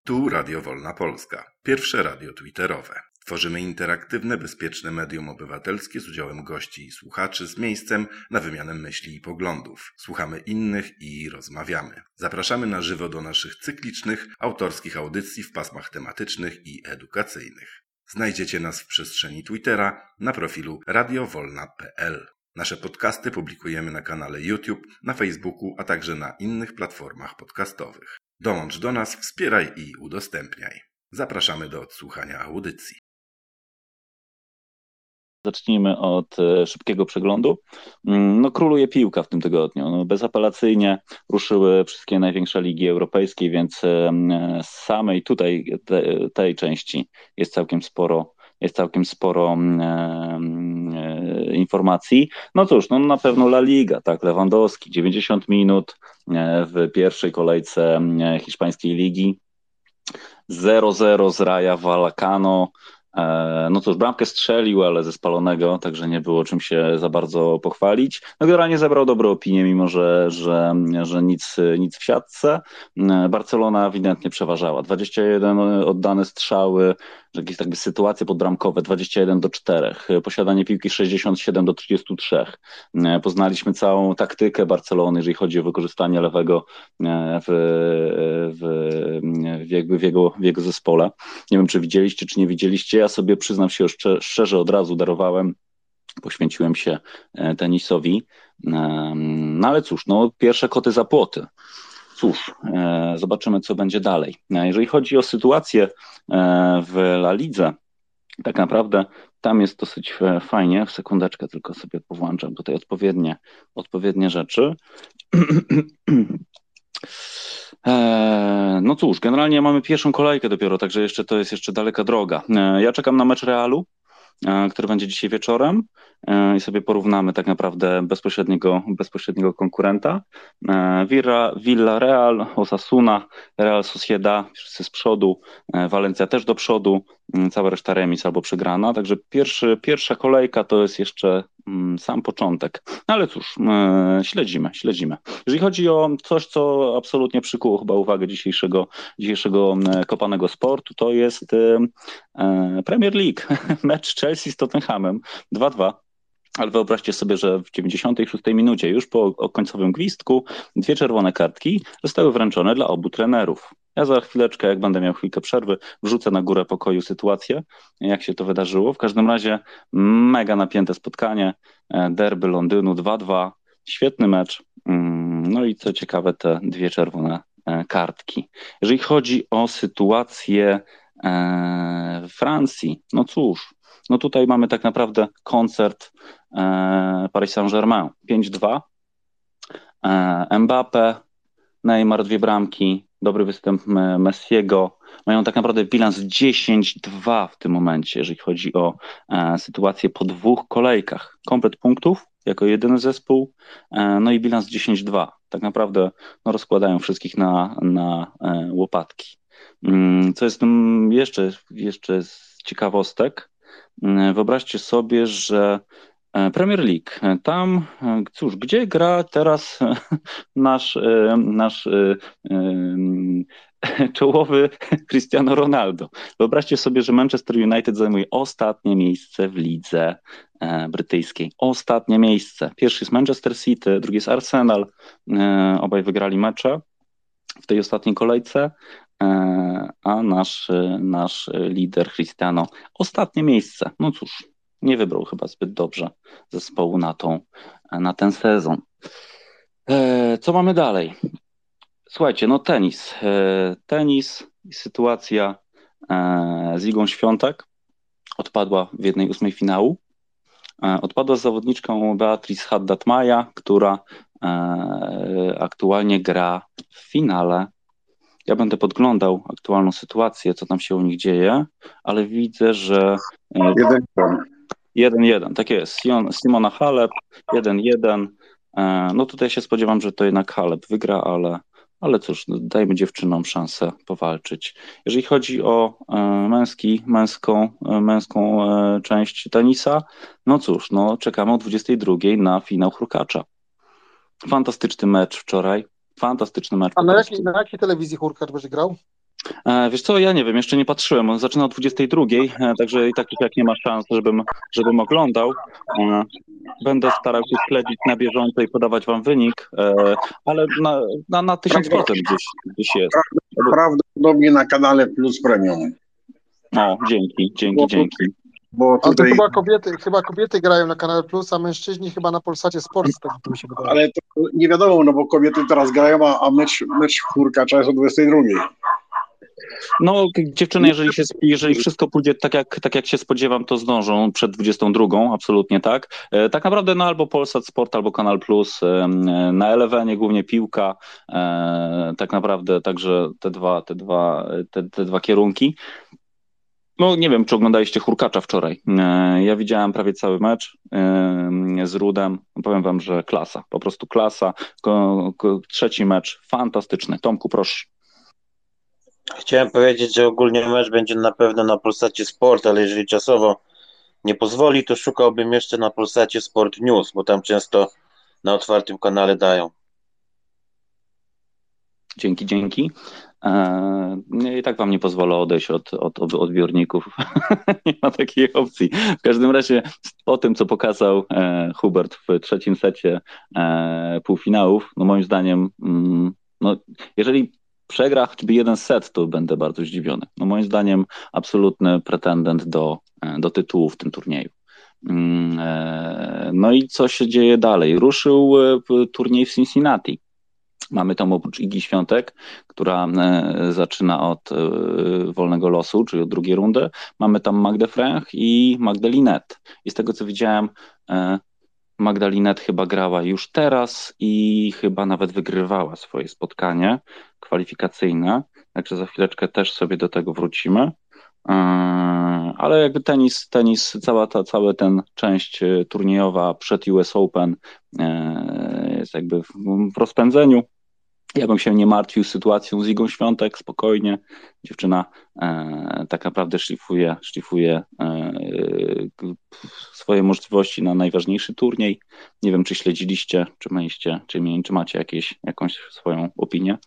Tu Radio Wolna Polska, pierwsze radio twitterowe. Tworzymy interaktywne, bezpieczne medium obywatelskie z udziałem gości i słuchaczy z miejscem na wymianę myśli i poglądów. Słuchamy innych i rozmawiamy. Zapraszamy na żywo do naszych cyklicznych, autorskich audycji w pasmach tematycznych i edukacyjnych. Znajdziecie nas w przestrzeni Twittera na profilu radiowolna.pl. Nasze podcasty publikujemy na kanale YouTube, na Facebooku, a także na innych platformach podcastowych. Dołącz do nas, wspieraj i udostępniaj. Zapraszamy do odsłuchania audycji. Zacznijmy od szybkiego przeglądu. Króluje piłka w tym tygodniu. Bezapelacyjnie ruszyły wszystkie największe ligi europejskie, więc z samej tutaj tej części jest całkiem sporo informacji. No cóż, na pewno La Liga, tak, Lewandowski, 90 minut w pierwszej kolejce hiszpańskiej ligi, 0-0 z Raja Vallecano. No cóż, bramkę strzelił, ale ze spalonego, także nie było czym się za bardzo pochwalić. Generalnie zebrał dobrą opinię, mimo że nic w siatce. Barcelona ewidentnie przeważała. 21 oddane strzały, jakieś jakby sytuacje podbramkowe, 21-4. Posiadanie piłki 67-33. Poznaliśmy całą taktykę Barcelony, jeżeli chodzi o wykorzystanie lewego w jego zespole. Nie wiem, czy widzieliście, czy nie widzieliście. Ja sobie przyznam się szczerze, od razu darowałem, poświęciłem się tenisowi. No ale cóż, pierwsze koty za płoty. Cóż, zobaczymy, co będzie dalej. Jeżeli chodzi o sytuację w La Lidze, tak naprawdę tam jest dosyć fajnie. Sekundeczkę, tylko sobie powłączam tutaj odpowiednie rzeczy. No cóż, generalnie mamy pierwszą kolejkę dopiero, także to jest jeszcze daleka droga. Ja czekam na mecz Realu, który będzie dzisiaj wieczorem i sobie porównamy tak naprawdę bezpośredniego konkurenta. Villarreal, Osasuna, Real Sociedad, wszyscy z przodu, Valencia też do przodu, cała reszta remis albo przegrana, także pierwsza kolejka to jest jeszcze sam początek. No ale cóż, śledzimy. Jeżeli chodzi o coś, co absolutnie przykuło chyba uwagę dzisiejszego kopanego sportu, to jest Premier League, mecz Chelsea z Tottenhamem 2-2. Ale wyobraźcie sobie, że w 96 minucie, już po końcowym gwizdku, 2 czerwone kartki zostały wręczone dla obu trenerów. Ja za chwileczkę, jak będę miał chwilkę przerwy, wrzucę na górę pokoju sytuację, jak się to wydarzyło. W każdym razie mega napięte spotkanie, derby Londynu 2-2, świetny mecz. No i co ciekawe, te 2 czerwone kartki. Jeżeli chodzi o sytuację w Francji, no cóż, tutaj mamy tak naprawdę koncert Paris Saint-Germain 5-2, Mbappé, Neymar 2 bramki, dobry występ Messiego, mają tak naprawdę bilans 10-2 w tym momencie, jeżeli chodzi o sytuację po 2 kolejkach. Komplet punktów jako jedyny zespół, no i bilans 10-2. Tak naprawdę rozkładają wszystkich na łopatki. Co jest jeszcze z ciekawostek, wyobraźcie sobie, że Premier League, tam cóż, gdzie gra teraz nasz czołowy Cristiano Ronaldo. Wyobraźcie sobie, że Manchester United zajmuje ostatnie miejsce w lidze brytyjskiej. Ostatnie miejsce. Pierwszy jest Manchester City, drugi jest Arsenal. Obaj wygrali mecze w tej ostatniej kolejce, a nasz lider Cristiano ostatnie miejsce. No cóż, nie wybrał chyba zbyt dobrze zespołu na ten sezon. Co mamy dalej? Słuchajcie, tenis i sytuacja z Igą Świątek odpadła w 1/8 finału. Odpadła z zawodniczką Beatriz Haddad-Maia, która aktualnie gra w finale. Ja będę podglądał aktualną sytuację, co tam się u nich dzieje, ale widzę, że 1-1, tak jest. Simona Halep, 1-1. No tutaj się spodziewam, że to jednak Halep wygra, ale cóż, dajmy dziewczynom szansę powalczyć. Jeżeli chodzi o męską część tenisa, no cóż, czekamy o 22:00 na finał Hurkacza. Fantastyczny mecz wczoraj. Fantastyczny mecz. A na jakiej telewizji Hurkacz będzie grał? Wiesz co, ja nie wiem, jeszcze nie patrzyłem. On zaczyna o 22, także i tak czy siak nie ma szans, żebym oglądał. Będę starał się śledzić na bieżąco i podawać wam wynik, ale na 1000% gdzieś jest. Prawdopodobnie na kanale Plus Premium. O, dzięki. Bo Ale to tutaj, chyba kobiety grają na Kanale Plus, a mężczyźni chyba na Polsacie Sport, tak mi się wydaje. ale to nie wiadomo, no bo kobiety teraz grają, a mecz hurkacza jest o 22. No, dziewczyny, jeżeli wszystko pójdzie tak jak się spodziewam, to zdążą przed 22, absolutnie tak. Tak naprawdę no albo Polsat Sport, albo Kanal Plus, na Elevenie głównie piłka, tak naprawdę także te dwa kierunki. No nie wiem, czy oglądaliście hurkacza wczoraj. Ja widziałem prawie cały mecz z Rudem. Powiem wam, że klasa, po prostu klasa. Trzeci mecz, fantastyczny. Tomku, proszę. Chciałem powiedzieć, że ogólnie mecz będzie na pewno na Polsacie Sport, ale jeżeli czasowo nie pozwoli, to szukałbym jeszcze na Polsacie Sport News, bo tam często na otwartym kanale dają. Dzięki. I tak wam nie pozwolę odejść od odbiorników. Nie ma takiej opcji. W każdym razie po tym, co pokazał Hubert w trzecim secie półfinałów, no moim zdaniem, no jeżeli przegra choćby jeden set, to będę bardzo zdziwiony. No moim zdaniem absolutny pretendent do tytułu w tym turnieju. No i co się dzieje dalej? Ruszył turniej w Cincinnati. Mamy tam oprócz Igi Świątek, która zaczyna od wolnego losu, czyli od drugiej rundy. Mamy tam Magdę Fręch i Magdę Linette. I z tego co widziałem, Magda Linette chyba grała już teraz i chyba nawet wygrywała swoje spotkanie kwalifikacyjne. Także za chwileczkę też sobie do tego wrócimy. Ale jakby tenis, cała ten część turniejowa przed US Open jest jakby w rozpędzeniu. Ja bym się nie martwił sytuacją z Igą Świątek, spokojnie. Dziewczyna tak naprawdę szlifuje swoje możliwości na najważniejszy turniej. Nie wiem, czy śledziliście, czy macie jakąś swoją opinię.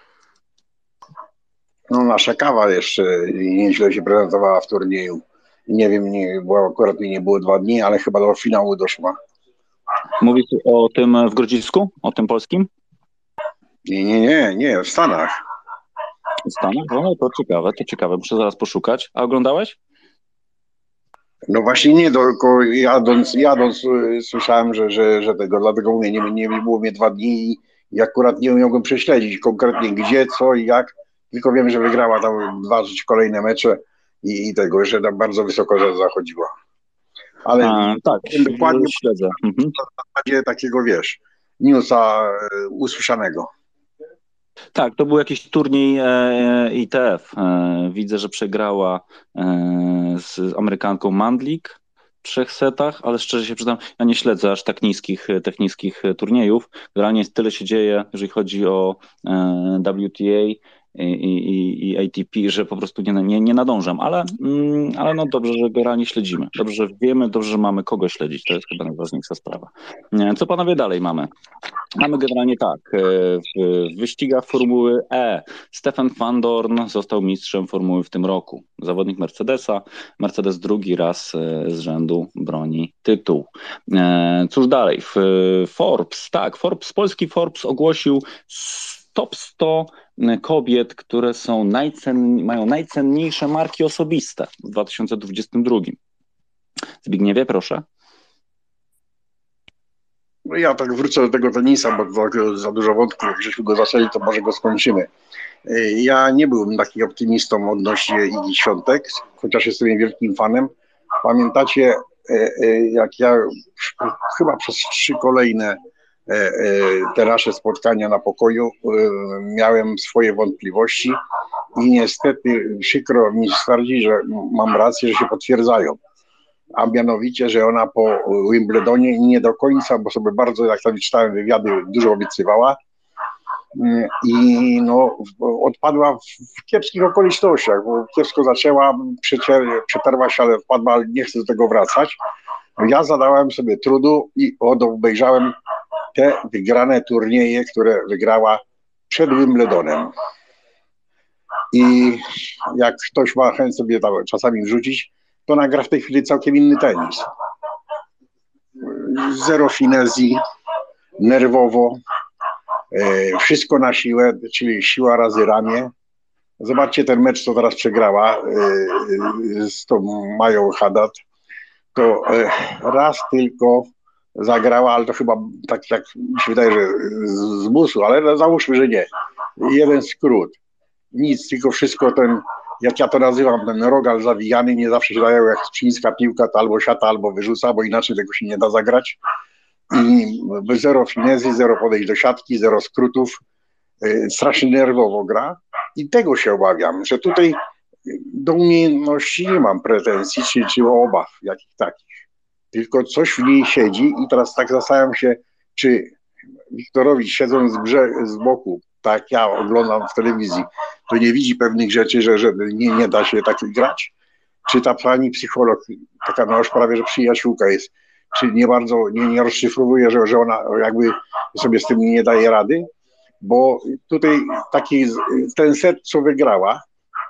No nasza kawa jeszcze nieźle się prezentowała w turnieju. Nie wiem, bo akurat nie było 2 dni, ale chyba do finału doszła. Mówisz o tym w Grodzisku? O tym polskim? Nie, w Stanach. W Stanach? No to ciekawe, muszę zaraz poszukać. A oglądałeś? No właśnie nie, tylko jadąc słyszałem, że tego, dlatego mówię, nie było mnie 2 dni i akurat nie mogłem prześledzić konkretnie gdzie, co i jak, tylko wiem, że wygrała tam 2 kolejne mecze i tego, że tam bardzo wysoko zachodziła. Ale tak, dokładnie śledzę. na zasadzie takiego, newsa usłyszanego. Tak, to był jakiś turniej ITF. Widzę, że przegrała z Amerykanką Mandlik w 3 setach, ale szczerze się przyznam, ja nie śledzę aż tak niskich turniejów. Generalnie tyle się dzieje, jeżeli chodzi o WTA i ATP, że po prostu nie nadążam, ale no dobrze, że generalnie śledzimy. Dobrze, że wiemy, dobrze, że mamy kogo śledzić. To jest chyba najważniejsza sprawa. Co panowie dalej mamy? Mamy generalnie tak, w wyścigach Formuły E Stefan van Dorn został mistrzem Formuły w tym roku. Zawodnik Mercedesa. Mercedes drugi raz z rzędu broni tytuł. Cóż dalej? Polski Forbes ogłosił top 100 kobiet, które mają najcenniejsze marki osobiste w 2022. Zbigniewie, proszę. No ja tak wrócę do tego tenisa, bo tak za dużo wątków, jak żeśmy go zaczęli, to może go skończymy. Ja nie byłem takim optymistą odnośnie Igi Świątek, chociaż jestem jej wielkim fanem. Pamiętacie, jak ja chyba przez 3 kolejne te nasze spotkania na pokoju miałem swoje wątpliwości i niestety przykro mi stwierdzić, że mam rację, że się potwierdzają. A mianowicie, że ona po Wimbledonie nie do końca, bo sobie bardzo, jak tam czytałem wywiady, dużo obiecywała i no, odpadła w kiepskich okolicznościach, bo kiepsko zaczęła, przetarła się, ale wpadła, ale nie chcę do tego wracać. Ja zadałem sobie trudu i obejrzałem te wygrane turnieje, które wygrała przed Wimbledonem. i jak ktoś ma chęć sobie tam czasami wrzucić, to nagra w tej chwili całkiem inny tenis. Zero finezji, nerwowo, wszystko na siłę, czyli siła razy ramię. Zobaczcie ten mecz, co teraz przegrała z tą Mają Haddad. To raz tylko zagrała, ale to chyba tak jak mi się wydaje, że z musu, ale załóżmy, że nie. Jeden skrót. Nic, tylko wszystko ten, jak ja to nazywam, ten rogal zawijany, nie zawsze się daje, jak chińska piłka, to albo siata, albo wyrzuca, bo inaczej tego się nie da zagrać. I zero finezji, zero podejść do siatki, zero skrótów. Strasznie nerwowo gra i tego się obawiam, że tutaj do umiejętności nie mam pretensji, czy obaw jakich takich, tylko coś w niej siedzi i teraz tak zastanawiam się, czy Wiktorowicz siedząc z boku, tak ja oglądam w telewizji, to nie widzi pewnych rzeczy, że nie da się tak grać, czy ta pani psycholog, taka no już prawie, że przyjaciółka jest, czy nie bardzo, nie rozszyfrowuje, że ona jakby sobie z tym nie daje rady, bo tutaj taki ten set, co wygrała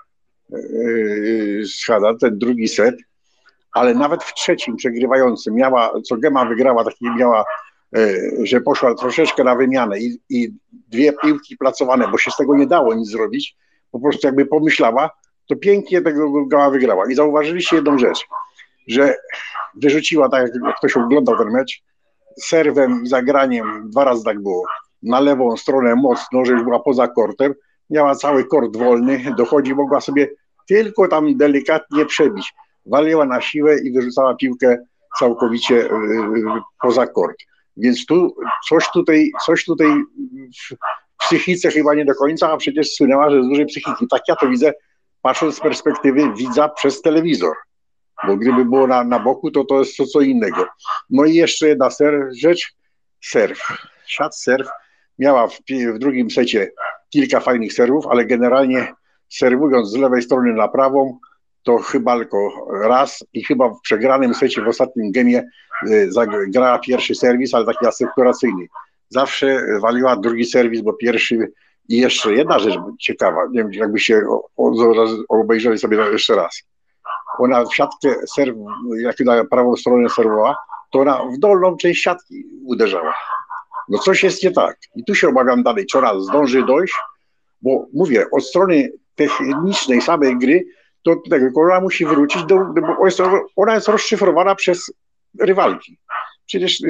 z Haddad, ten drugi set, ale nawet w trzecim przegrywającym miała, co Gema wygrała, taki miała, że poszła troszeczkę na wymianę i dwie piłki placowane, bo się z tego nie dało nic zrobić, po prostu jakby pomyślała, to pięknie tego Gema wygrała. I zauważyliście jedną rzecz, że wyrzuciła, tak jak ktoś oglądał ten mecz, serwem i zagraniem, 2 razy tak było, na lewą stronę mocno, że już była poza kortem, miała cały kort wolny, dochodzi, mogła sobie tylko tam delikatnie przebić. Waliła na siłę i wyrzucała piłkę całkowicie poza kort. Więc tu coś tutaj w psychice chyba nie do końca, a przecież słynęła, że z dużej psychiki. Tak ja to widzę, patrząc z perspektywy widza przez telewizor. Bo gdyby było na boku, to jest to co innego. No i jeszcze jedna rzecz, serw. Surf miała w drugim secie kilka fajnych serwów, ale generalnie serwując z lewej strony na prawą, to chyba tylko raz i chyba w przegranym secie w ostatnim gemie grała pierwszy serwis, ale taki asekuracyjny. Zawsze waliła drugi serwis, bo pierwszy. I jeszcze jedna rzecz ciekawa, nie wiem, jakbyście obejrzeli sobie jeszcze raz. Ona w siatkę serw, jak na prawą stronę serwowała, to ona w dolną część siatki uderzała. No coś jest nie tak. I tu się obawiam dalej, czy ona zdąży dojść, bo mówię, od strony technicznej samej gry, to tego ona musi wrócić, bo ona jest rozszyfrowana przez rywalki. Przecież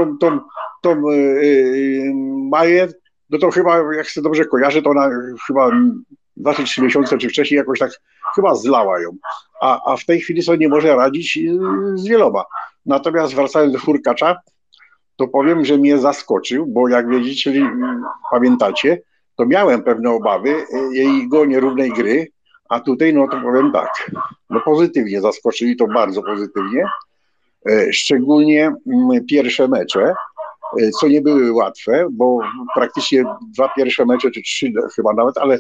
tą Maję, no to chyba, jak się dobrze kojarzę, to ona chyba 2-3 miesiące czy wcześniej jakoś tak chyba zlała ją. A w tej chwili sobie nie może radzić z wieloma. Natomiast wracając do Hurkacza, to powiem, że mnie zaskoczył, bo jak wiecie, pamiętacie, to miałem pewne obawy jego nierównej gry, a tutaj, no to powiem tak, no pozytywnie zaskoczyli, to bardzo pozytywnie, szczególnie pierwsze mecze, co nie były łatwe, bo praktycznie 2 pierwsze mecze, czy 3 chyba nawet, ale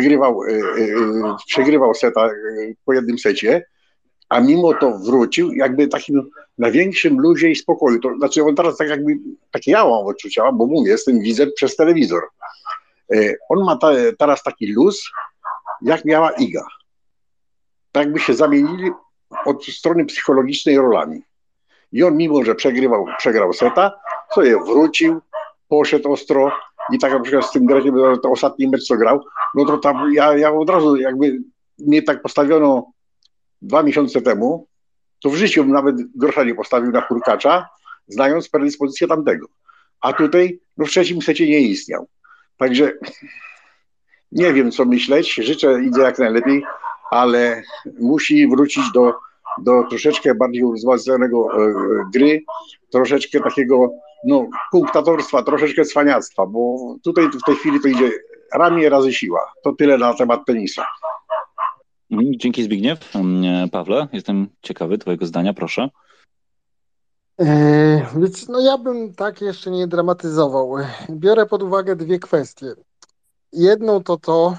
przegrywał seta po jednym secie, a mimo to wrócił jakby takim na większym luzie i spokoju. To znaczy on teraz tak jakby, takie ja mam odczucia, bo mówię, jestem widzem przez telewizor. On ma teraz taki luz, jak miała Iga. Tak by się zamienili od strony psychologicznej rolami. I on mimo, że przegrał seta, sobie wrócił, poszedł ostro i tak na przykład z tym Grekiem, to ostatni mecz co grał, no to tam ja od razu jakby mnie tak postawiono 2 miesiące temu, to w życiu nawet grosza nie postawił na Hurkacza, znając predyspozycję tamtego. A tutaj no w trzecim secie nie istniał. Także nie wiem, co myśleć. Życzę Idze jak najlepiej, ale musi wrócić do troszeczkę bardziej uzmocnionego gry, troszeczkę takiego punktatorstwa, troszeczkę cwaniactwa, bo tutaj w tej chwili to idzie ramię razy siła. To tyle na temat tenisa. Dzięki Zbigniew. Pawle, jestem ciekawy twojego zdania, proszę. Więc ja bym tak jeszcze nie dramatyzował. Biorę pod uwagę 2 kwestie. Jedną to,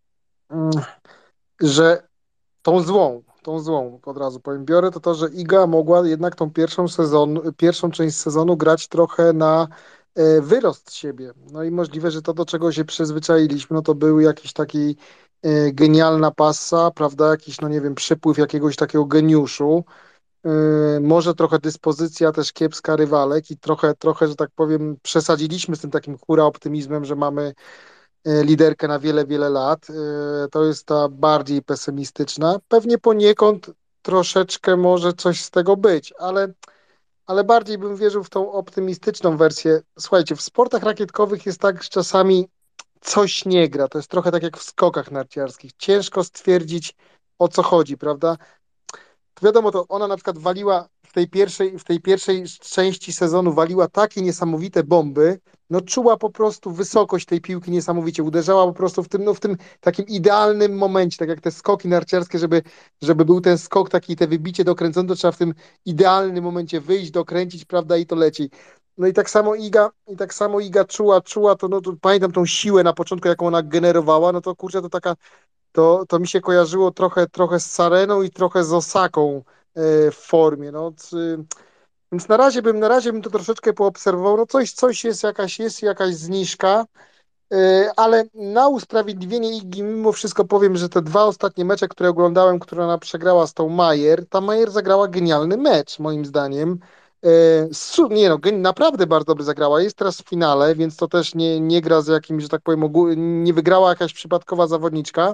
że tą złą, od razu powiem, biorę to, że Iga mogła jednak tą pierwszą część sezonu grać trochę na wyrost siebie. No i możliwe, że to, do czego się przyzwyczailiśmy, no to był jakiś taki genialna passa, prawda, jakiś, no nie wiem, przypływ jakiegoś takiego geniuszu, może trochę dyspozycja też kiepska rywalek i trochę, że tak powiem, przesadziliśmy z tym takim hura optymizmem, że mamy liderkę na wiele, wiele lat. To jest ta bardziej pesymistyczna. Pewnie poniekąd troszeczkę może coś z tego być, ale bardziej bym wierzył w tą optymistyczną wersję. Słuchajcie, w sportach rakietkowych jest tak, że czasami coś nie gra. To jest trochę tak jak w skokach narciarskich. Ciężko stwierdzić, o co chodzi, prawda? To wiadomo, to ona na przykład waliła w tej pierwszej części sezonu waliła takie niesamowite bomby, no czuła po prostu wysokość tej piłki niesamowicie, uderzała po prostu w tym, no w tym takim idealnym momencie, tak jak te skoki narciarskie, żeby był ten skok taki, te wybicie dokręcone, to trzeba w tym idealnym momencie wyjść, dokręcić, prawda, i to leci. No i tak samo Iga czuła to pamiętam tą siłę na początku, jaką ona generowała, no to kurczę, to taka to mi się kojarzyło trochę z Sareną i trochę z Osaką w formie. No, więc na razie bym to troszeczkę poobserwował. No coś jest jakaś zniżka, ale na usprawiedliwienie Igi mimo wszystko powiem, że te dwa ostatnie mecze, które oglądałem, które ona przegrała z tą Majer, ta Majer zagrała genialny mecz, moim zdaniem. Nie no, naprawdę bardzo dobrze zagrała. Jest teraz w finale, więc to też nie gra z jakimś, że tak powiem, nie wygrała jakaś przypadkowa zawodniczka.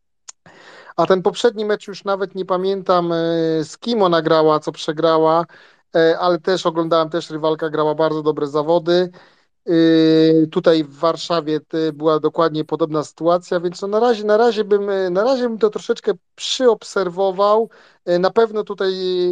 A ten poprzedni mecz już nawet nie pamiętam z kim ona grała, co przegrała, ale też oglądałem, też rywalka grała bardzo dobre zawody. Tutaj w Warszawie była dokładnie podobna sytuacja, więc no na razie bym to troszeczkę przyobserwował. Na pewno tutaj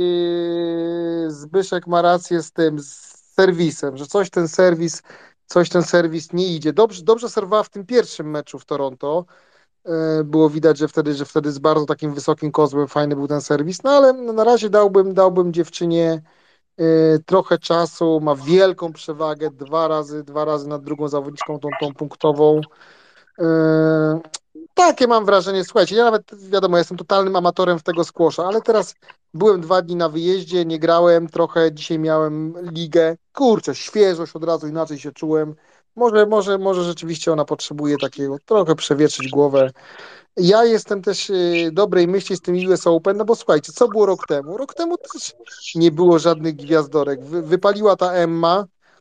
Zbyszek ma rację z tym z serwisem, że coś ten serwis nie idzie. Dobrze serwowała w tym pierwszym meczu w Toronto. Było widać, że wtedy z bardzo takim wysokim kozłem fajny był ten serwis, no ale na razie dałbym dziewczynie trochę czasu, ma wielką przewagę, dwa razy nad drugą zawodniczką, tą punktową. Yy, Takie mam wrażenie, słuchajcie, ja nawet, wiadomo, jestem totalnym amatorem w tego squasha, ale teraz byłem 2 dni na wyjeździe, nie grałem trochę, dzisiaj miałem ligę, kurczę, świeżość, od razu inaczej się czułem. Może rzeczywiście ona potrzebuje takiego, trochę przewietrzyć głowę. Ja jestem też dobrej myśli z tym US Open, no bo słuchajcie, co było rok temu? Rok temu też nie było żadnych gwiazdorek. Wypaliła ta Emma,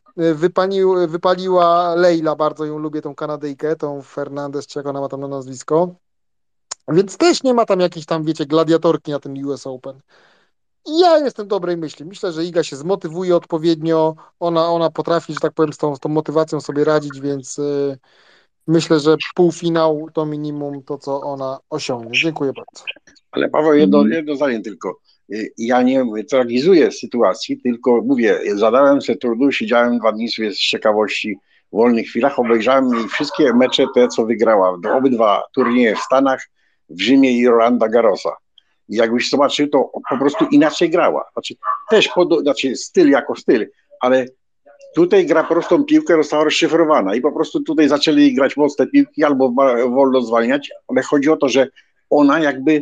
wypaliła Leila, bardzo ją lubię, tą Kanadyjkę, tą Fernandez, czy jak ona ma tam na nazwisko. Więc też nie ma tam jakiejś tam, wiecie, gladiatorki na tym US Open. I ja jestem dobrej myśli. Myślę, że Iga się zmotywuje odpowiednio, ona potrafi, że tak powiem, z tą motywacją sobie radzić, więc myślę, że półfinał to minimum to, co ona osiągnie. Dziękuję bardzo. Ale Paweł, jedno zdanie tylko. Ja nie tragizuję sytuacji, tylko mówię, zadałem sobie trudu, siedziałem 2 dni sobie z ciekawości w wolnych chwilach, obejrzałem jej wszystkie mecze, te co wygrała, obydwa turnieje w Stanach, w Rzymie i Rolanda Garrosa. I jakbyś zobaczył, to po prostu inaczej grała. Znaczy styl jako styl, ale tutaj gra prostą piłkę, została rozszyfrowana i po prostu tutaj zaczęli grać mocne piłki albo wolno zwalniać, ale chodzi o to, że ona jakby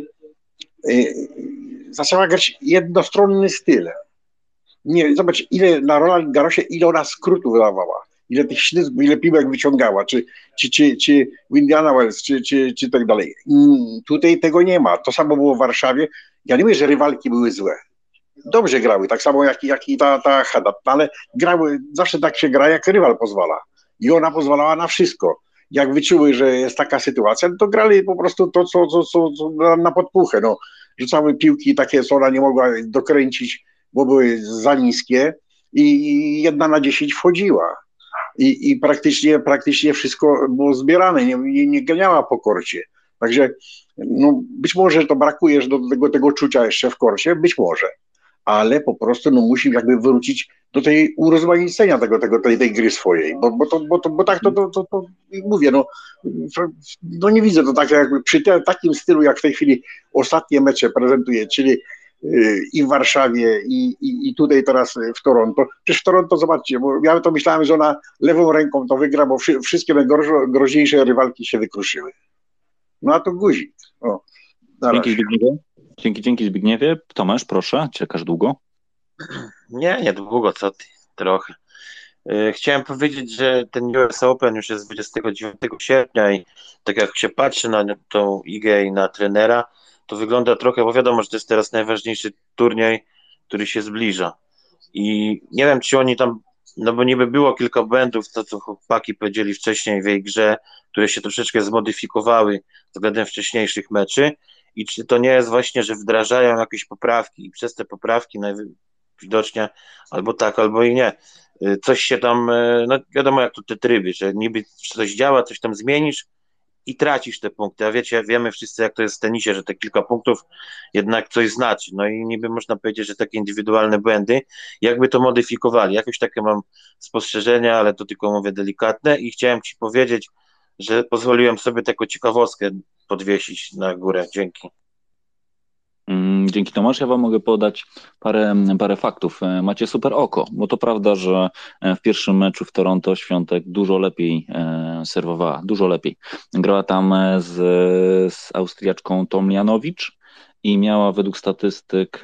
zaczęła grać jednostronny styl. Nie, zobacz, ile na Roland Garrosie, ile ona skrótów wydawała, ile tych ślizgów, ile piłek wyciągała, czy w Indiana Wells, czy tak dalej. Tutaj tego nie ma. To samo było w Warszawie. Ja nie mówię, że rywalki były złe. Dobrze grały, tak samo jak i ta Haddad, ale grały, zawsze tak się gra, jak rywal pozwala. I ona pozwalała na wszystko. Jak wyczuły, że jest taka sytuacja, to grali po prostu to, co na podpuchę. No. Rzucały piłki takie, co ona nie mogła dokręcić, bo były za niskie i 1 na 10 wchodziła. I praktycznie wszystko było zbierane, nie ganiała po korcie. Także no, być może to brakuje do tego czucia jeszcze w korcie, być może. Ale po prostu no, musi jakby wrócić do tej urozmaicenia tej gry swojej, bo tak to mówię, no nie widzę to tak jakby przy takim stylu, jak w tej chwili ostatnie mecze prezentuje, czyli i w Warszawie i tutaj teraz w Toronto. Przecież w Toronto, zobaczcie, bo ja to myślałem, że ona lewą ręką to wygra, bo wszystkie najgroźniejsze rywalki się wykruszyły. No a to guzik. O, Dzięki Zbigniewie. Dzięki Zbigniewie. Tomasz, proszę, czekasz długo? Nie długo, co ty, trochę. Chciałem powiedzieć, że ten US Open już jest 29 sierpnia i tak jak się patrzy na tą igę i na trenera, to wygląda trochę, bo wiadomo, że to jest teraz najważniejszy turniej, który się zbliża. I nie wiem, czy oni tam, no bo niby było kilka błędów, to co chłopaki powiedzieli wcześniej w jej grze, które się troszeczkę zmodyfikowały względem wcześniejszych meczy i czy to nie jest właśnie, że wdrażają jakieś poprawki i przez te poprawki najwidoczniej albo tak, albo i nie. Coś się tam, no wiadomo jak to te tryby, że niby coś działa, coś tam zmienisz i tracisz te punkty, a wiemy wszyscy jak to jest w tenisie, że te kilka punktów jednak coś znaczy, no i niby można powiedzieć, że takie indywidualne błędy, jakby to modyfikowali, jakoś takie mam spostrzeżenia, ale to tylko mówię delikatne i chciałem Ci powiedzieć, że pozwoliłem sobie taką ciekawostkę podwiesić na górę, dzięki. Dzięki Tomasz, ja Wam mogę podać parę faktów. Macie super oko, bo to prawda, że w pierwszym meczu w Toronto Świątek dużo lepiej serwowała, dużo lepiej. Grała tam z Austriaczką Tomljanovic i miała według statystyk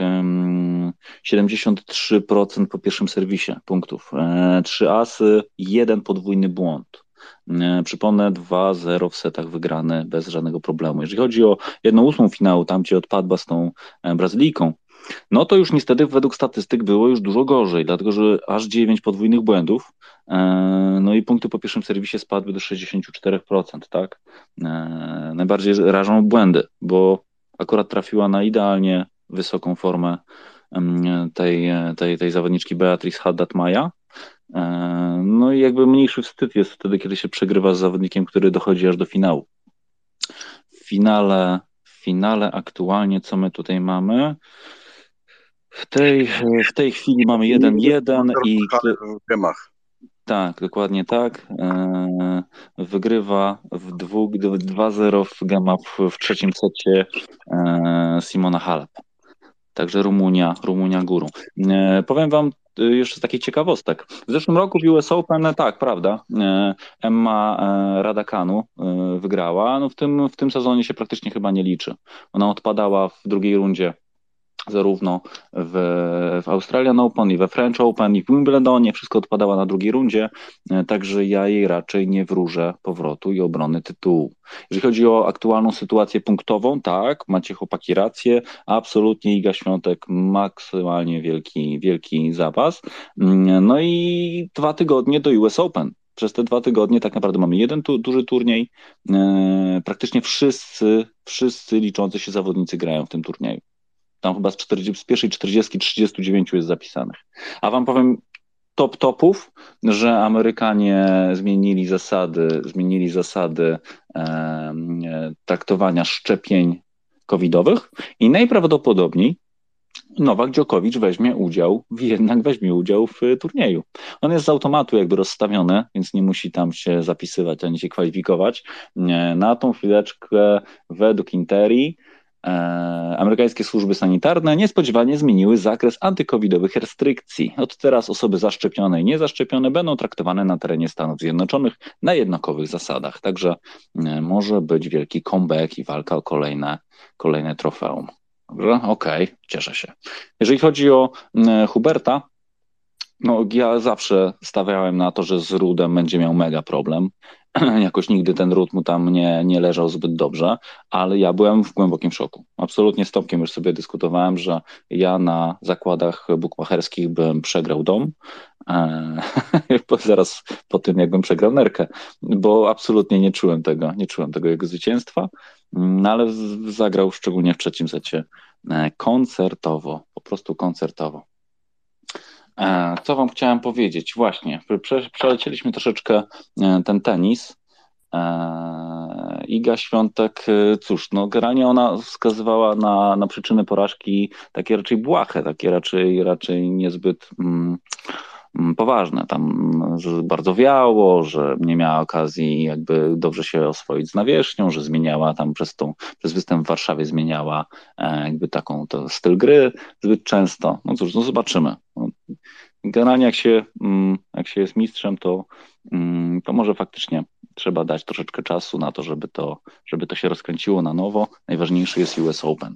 73% po pierwszym serwisie punktów, 3 asy, 1 podwójny błąd. Przypomnę, 2-0 w setach wygrane bez żadnego problemu. Jeżeli chodzi o 1/8 finału, tam gdzie odpadła z tą Brazylijką, no to już niestety według statystyk było już dużo gorzej, dlatego że aż 9 podwójnych błędów, no i punkty po pierwszym serwisie spadły do 64%, tak? Najbardziej rażą błędy, bo akurat trafiła na idealnie wysoką formę tej zawodniczki Beatrice Haddad-Maia. No i jakby mniejszy wstyd jest wtedy, kiedy się przegrywa z zawodnikiem, który dochodzi aż do finału. W finale aktualnie co my tutaj mamy? W tej chwili mamy 1-1 i w gemach. tak, dokładnie tak. Wygrywa w 2-0 w gemach w trzecim secie Simona Halep. Także Rumunia górą. Powiem Wam jeszcze z takich ciekawostek. W zeszłym roku w US Open, tak, prawda, Emma Raducanu wygrała. No w tym sezonie się praktycznie chyba nie liczy. Ona odpadała w drugiej rundzie zarówno w Australian Open i we French Open i w Wimbledonie, wszystko odpadała na drugiej rundzie, także ja jej raczej nie wróżę powrotu i obrony tytułu. Jeżeli chodzi o aktualną sytuację punktową, tak, macie chłopaki rację, absolutnie Iga Świątek maksymalnie wielki zapas. No i 2 tygodnie do US Open. Przez te 2 tygodnie tak naprawdę mamy jeden duży turniej. Praktycznie wszyscy liczący się zawodnicy grają w tym turnieju. Tam chyba z pierwszej 40, 39 jest zapisanych. A wam powiem topów, że Amerykanie zmienili zasady traktowania szczepień covidowych i najprawdopodobniej Nowak Djokovic jednak weźmie udział w turnieju. On jest z automatu jakby rozstawiony, więc nie musi tam się zapisywać ani się kwalifikować. Na tą chwileczkę według Interi amerykańskie służby sanitarne niespodziewanie zmieniły zakres antykowidowych restrykcji. Od teraz osoby zaszczepione i niezaszczepione będą traktowane na terenie Stanów Zjednoczonych na jednakowych zasadach. Także może być wielki comeback i walka o kolejne trofeum. Dobrze? Okej, cieszę się. Jeżeli chodzi o Huberta, no ja zawsze stawiałem na to, że z Rudem będzie miał mega problem. Jakoś nigdy ten Rudd mu tam nie leżał zbyt dobrze, ale ja byłem w głębokim szoku. Absolutnie z Tomkiem już sobie dyskutowałem, że ja na zakładach bukmacherskich bym przegrał dom, zaraz po tym jakbym przegrał nerkę, bo absolutnie nie czułem tego jego zwycięstwa, no ale zagrał szczególnie w trzecim secie koncertowo, po prostu koncertowo. Co wam chciałem powiedzieć? Właśnie, przelecieliśmy troszeczkę ten tenis. Iga Świątek, cóż, no generalnie ona wskazywała na przyczyny porażki takie raczej błahe, takie raczej niezbyt poważne. Tam bardzo wiało, że nie miała okazji jakby dobrze się oswoić z nawierzchnią, że zmieniała tam przez występ w Warszawie zmieniała jakby to styl gry zbyt często. No cóż, no zobaczymy. Generalnie jak się jest mistrzem, to może faktycznie trzeba dać troszeczkę czasu na to, żeby to się rozkręciło na nowo. Najważniejszy jest US Open,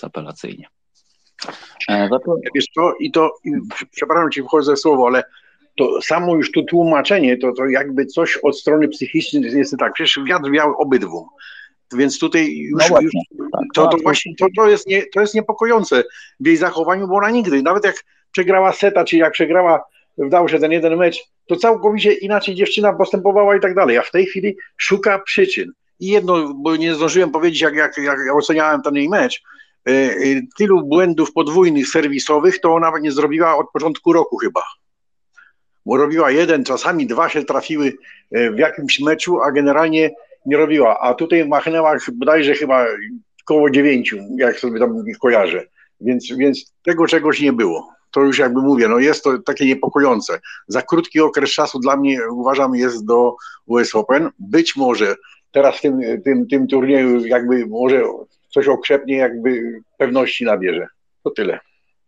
bezapelacyjnie. Wiesz co, przepraszam cię, wchodzę w słowo, ale to samo już to tłumaczenie, to jakby coś od strony psychicznej jest tak, przecież wiatr wiał obydwu. Więc tutaj już, No właśnie, już tak, to łatwo. właśnie to jest niepokojące w jej zachowaniu, bo ona nigdy, nawet jak przegrała seta, czy jak przegrała, wdał się ten jeden mecz, to całkowicie inaczej dziewczyna postępowała i tak dalej, a w tej chwili szuka przyczyn. I jedno, bo nie zdążyłem powiedzieć, jak oceniałem ten jej mecz, tylu błędów podwójnych serwisowych to ona nie zrobiła od początku roku chyba. Bo robiła jeden, czasami dwa się trafiły w jakimś meczu, a generalnie nie robiła. A tutaj machnęła bodajże chyba koło 9, jak sobie tam kojarzę. Więc tego czegoś nie było. To już jakby mówię, no jest to takie niepokojące. Za krótki okres czasu dla mnie uważam jest do US Open. Być może teraz w tym turnieju jakby może coś okrzepnie, jakby pewności nabierze. To tyle.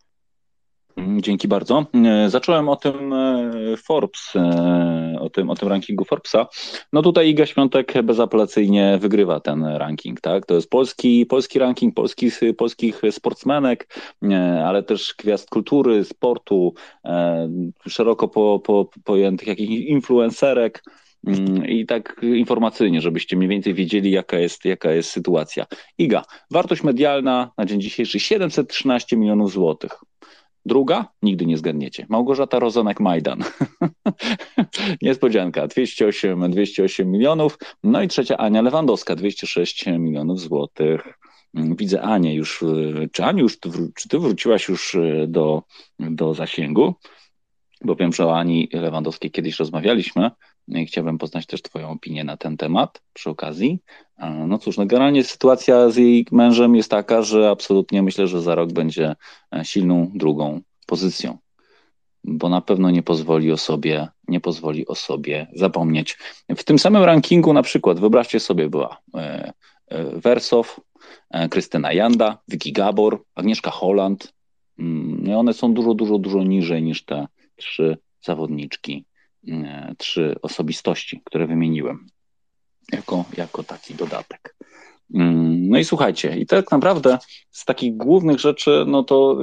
Dzięki bardzo. Zacząłem o tym Forbes, o tym rankingu Forbesa. No tutaj Iga Świątek bezapelacyjnie wygrywa ten ranking, tak? To jest polski ranking polskich sportsmenek, ale też gwiazd kultury, sportu, szeroko pojętych jakichś influencerek. I tak informacyjnie, żebyście mniej więcej wiedzieli, jaka jest sytuacja. Iga, wartość medialna na dzień dzisiejszy 713 milionów złotych. Druga? Nigdy nie zgadniecie. Małgorzata Rozenek-Majdan. Niespodzianka. 208 milionów. No i trzecia Ania Lewandowska. 206 milionów złotych. Widzę Anię już. Czy Aniu, czy ty wróciłaś już do zasięgu? Bo wiem, że o Ani Lewandowskiej kiedyś rozmawialiśmy. I chciałbym poznać też twoją opinię na ten temat przy okazji. No cóż, no generalnie sytuacja z jej mężem jest taka, że absolutnie myślę, że za rok będzie silną drugą pozycją, bo na pewno nie pozwoli o sobie zapomnieć. W tym samym rankingu na przykład, wyobraźcie sobie, była Wersow, Krystyna Janda, Vicky Gabor, Agnieszka Holland. I one są dużo niżej niż te trzy zawodniczki, trzy osobistości, które wymieniłem jako taki dodatek. No i słuchajcie, i tak naprawdę z takich głównych rzeczy, no to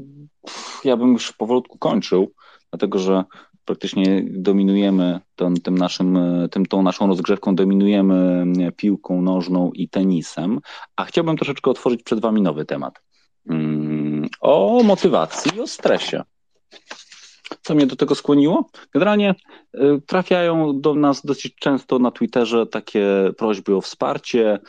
ja bym już powolutku kończył, dlatego że praktycznie dominujemy tą naszą rozgrzewką, dominujemy piłką nożną i tenisem, a chciałbym troszeczkę otworzyć przed wami nowy temat. O motywacji i o stresie. Co mnie do tego skłoniło? Generalnie trafiają do nas dosyć często na Twitterze takie prośby o wsparcie,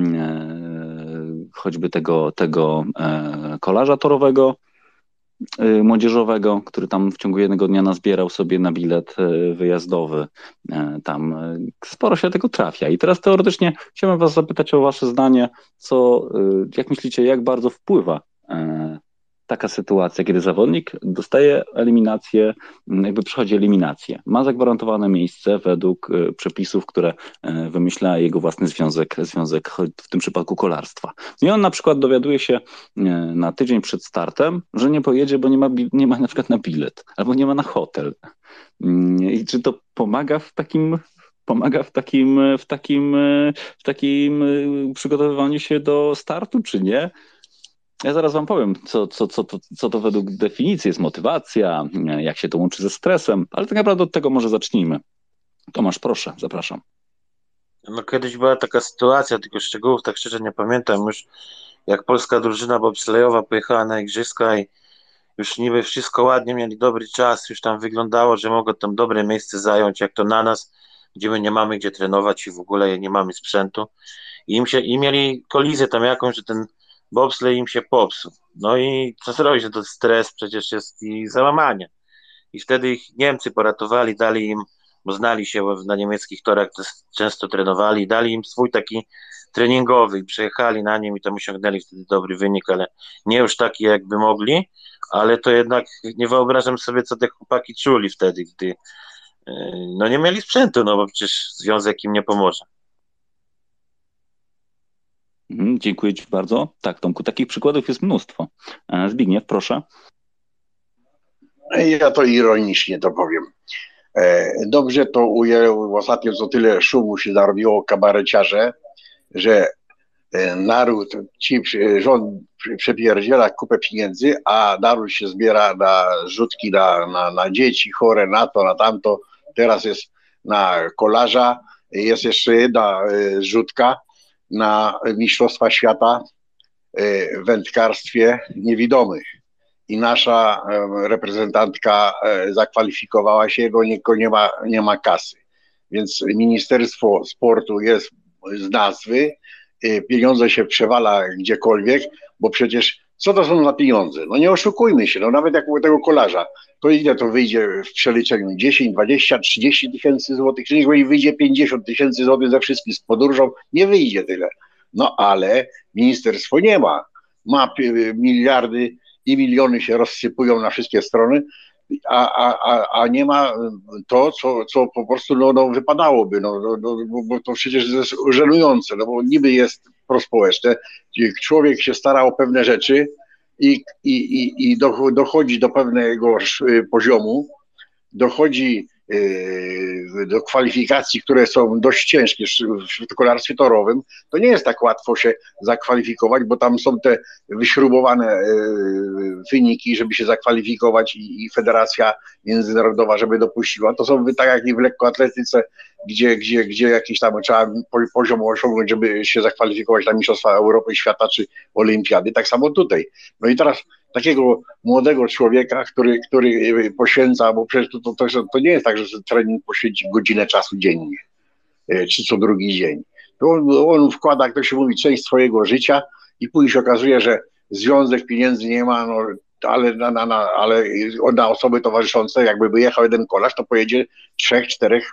choćby tego kolarza torowego, młodzieżowego, który tam w ciągu jednego dnia nazbierał sobie na bilet wyjazdowy. Tam sporo się tego trafia. I teraz teoretycznie chciałbym was zapytać o wasze zdanie, jak myślicie, jak bardzo wpływa taka sytuacja, kiedy zawodnik dostaje eliminację, jakby przychodzi eliminację. Ma zagwarantowane miejsce według przepisów, które wymyśla jego własny związek, w tym przypadku kolarstwa. I on na przykład dowiaduje się na tydzień przed startem, że nie pojedzie, bo nie ma na przykład na bilet, albo nie ma na hotel. I czy to pomaga w takim przygotowywaniu się do startu, czy nie? Ja zaraz wam powiem, co to według definicji jest motywacja, jak się to łączy ze stresem, ale tak naprawdę od tego może zacznijmy. Tomasz, proszę, zapraszam. No kiedyś była taka sytuacja, tylko szczegółów tak szczerze nie pamiętam już, jak polska drużyna bobslejowa pojechała na igrzyska i już niby wszystko ładnie, mieli dobry czas, już tam wyglądało, że mogą tam dobre miejsce zająć, jak to na nas, gdzie my nie mamy gdzie trenować i w ogóle nie mamy sprzętu. I mieli kolizję tam jakąś, że ten bobslej im się popsuł. No i co zrobić, że to stres przecież jest i załamanie. I wtedy ich Niemcy poratowali, dali im, bo znali się na niemieckich torach, to często trenowali, dali im swój taki treningowy i przejechali na nim i tam osiągnęli wtedy dobry wynik, ale nie już taki jakby mogli, ale to jednak nie wyobrażam sobie, co te chłopaki czuli wtedy, gdy no nie mieli sprzętu, no bo przecież związek im nie pomoże. Dziękuję ci bardzo. Tak, Tomku, takich przykładów jest mnóstwo. Zbigniew, proszę. Ja to ironicznie to powiem. Dobrze to ujęło ostatnio, co tyle szumu się narobiło o kabareciarze, że naród, rząd przepierdziela kupę pieniędzy, a naród się zbiera na rzutki na dzieci chore, na to, na tamto. Teraz jest na kolarza, jest jeszcze jedna rzutka na Mistrzostwa Świata w wędkarstwie niewidomych. I nasza reprezentantka zakwalifikowała się, bo nie ma kasy. Więc Ministerstwo Sportu jest z nazwy, pieniądze się przewala gdziekolwiek, bo przecież co to są za pieniądze? No nie oszukujmy się, no nawet jak u tego kolarza, to ile to wyjdzie w przeliczeniu? 10, 20, 30 tysięcy złotych, czy niech wyjdzie 50 tysięcy złotych ze wszystkim, z podróżą, nie wyjdzie tyle. No ale ministerstwo nie ma miliardy i miliony się rozsypują na wszystkie strony, a nie ma to, co po prostu wypadałoby, bo to przecież jest żenujące, no bo niby jest prospołeczne, człowiek się stara o pewne rzeczy i dochodzi do pewnego poziomu, dochodzi do kwalifikacji, które są dość ciężkie w kolarstwie torowym, to nie jest tak łatwo się zakwalifikować, bo tam są te wyśrubowane wyniki, żeby się zakwalifikować i federacja międzynarodowa, żeby dopuściła. To są tak jak i w lekkoatletyce, gdzie jakiś tam trzeba poziom osiągnąć, żeby się zakwalifikować na Mistrzostwa Europy, Świata czy Olimpiady. Tak samo tutaj. No i teraz takiego młodego człowieka, który poświęca, bo przecież to nie jest tak, że trening poświęci godzinę czasu dziennie, czy co drugi dzień. On wkłada, jak to się mówi, część swojego życia i później się okazuje, że związek pieniędzy nie ma, no, ale na osoby towarzyszące, jakby jechał jeden kolarz, to pojedzie 3-4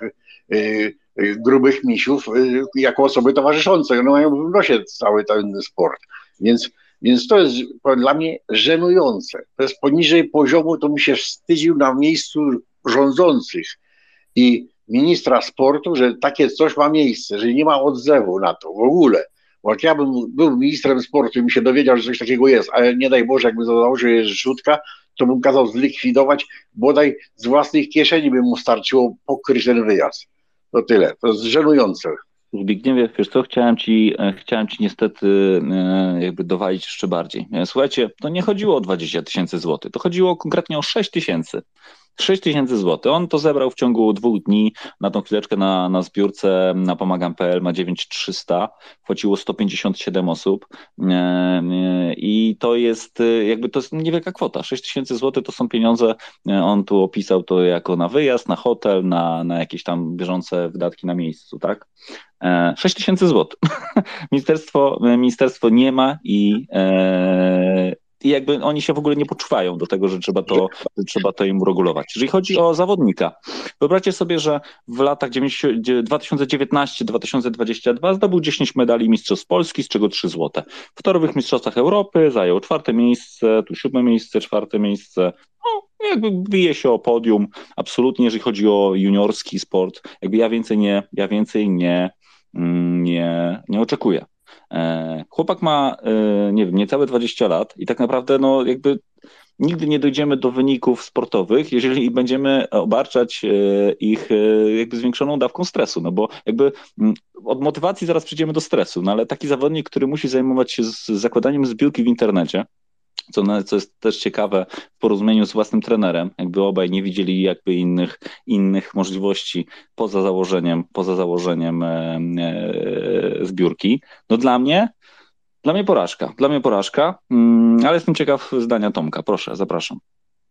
grubych misiów jako osoby towarzyszące. One mają w nosie cały ten sport. Więc to jest dla mnie żenujące. To jest poniżej poziomu, to mi się wstydził na miejscu rządzących i ministra sportu, że takie coś ma miejsce, że nie ma odzewu na to w ogóle. Bo jak ja bym był ministrem sportu i mi się dowiedział, że coś takiego jest, ale nie daj Boże, jakby założył, że jest rzutka, to bym kazał zlikwidować, bodaj z własnych kieszeni by mu starczyło pokryć ten wyjazd. To tyle. To jest żenujące. Zbigniewie, wiesz co, chciałem ci niestety jakby dowalić jeszcze bardziej. Słuchajcie, to nie chodziło o 20 tysięcy złotych, to chodziło konkretnie o 6 tysięcy. 6 tysięcy złotych. On to zebrał w ciągu 2 dni, na tą chwileczkę na zbiórce na pomagam.pl ma 9300, płaciło 157 osób i to jest niewielka kwota. 6 tysięcy złotych to są pieniądze, on tu opisał to jako na wyjazd, na hotel, na jakieś tam bieżące wydatki na miejscu, tak? 6 tysięcy złotych. Ministerstwo nie ma i jakby oni się w ogóle nie poczuwają do tego, że trzeba to im uregulować. Jeżeli chodzi o zawodnika, wyobraźcie sobie, że w latach 2019-2022 zdobył 10 medali Mistrzostw Polski, z czego 3 złote. W torowych Mistrzostwach Europy zajął 4. miejsce, tu 7. miejsce, 4. miejsce. No, jakby bije się o podium, absolutnie, jeżeli chodzi o juniorski sport. Jakby ja więcej nie oczekuję. Chłopak ma, nie wiem, niecałe 20 lat i tak naprawdę no jakby nigdy nie dojdziemy do wyników sportowych, jeżeli będziemy obarczać ich jakby zwiększoną dawką stresu, no bo jakby od motywacji zaraz przejdziemy do stresu, no ale taki zawodnik, który musi zajmować się z zakładaniem zbiórki w internecie, co jest też ciekawe w porozumieniu z własnym trenerem, jakby obaj nie widzieli jakby innych możliwości poza założeniem zbiórki. No dla mnie porażka, ale jestem ciekaw zdania Tomka. Proszę, zapraszam.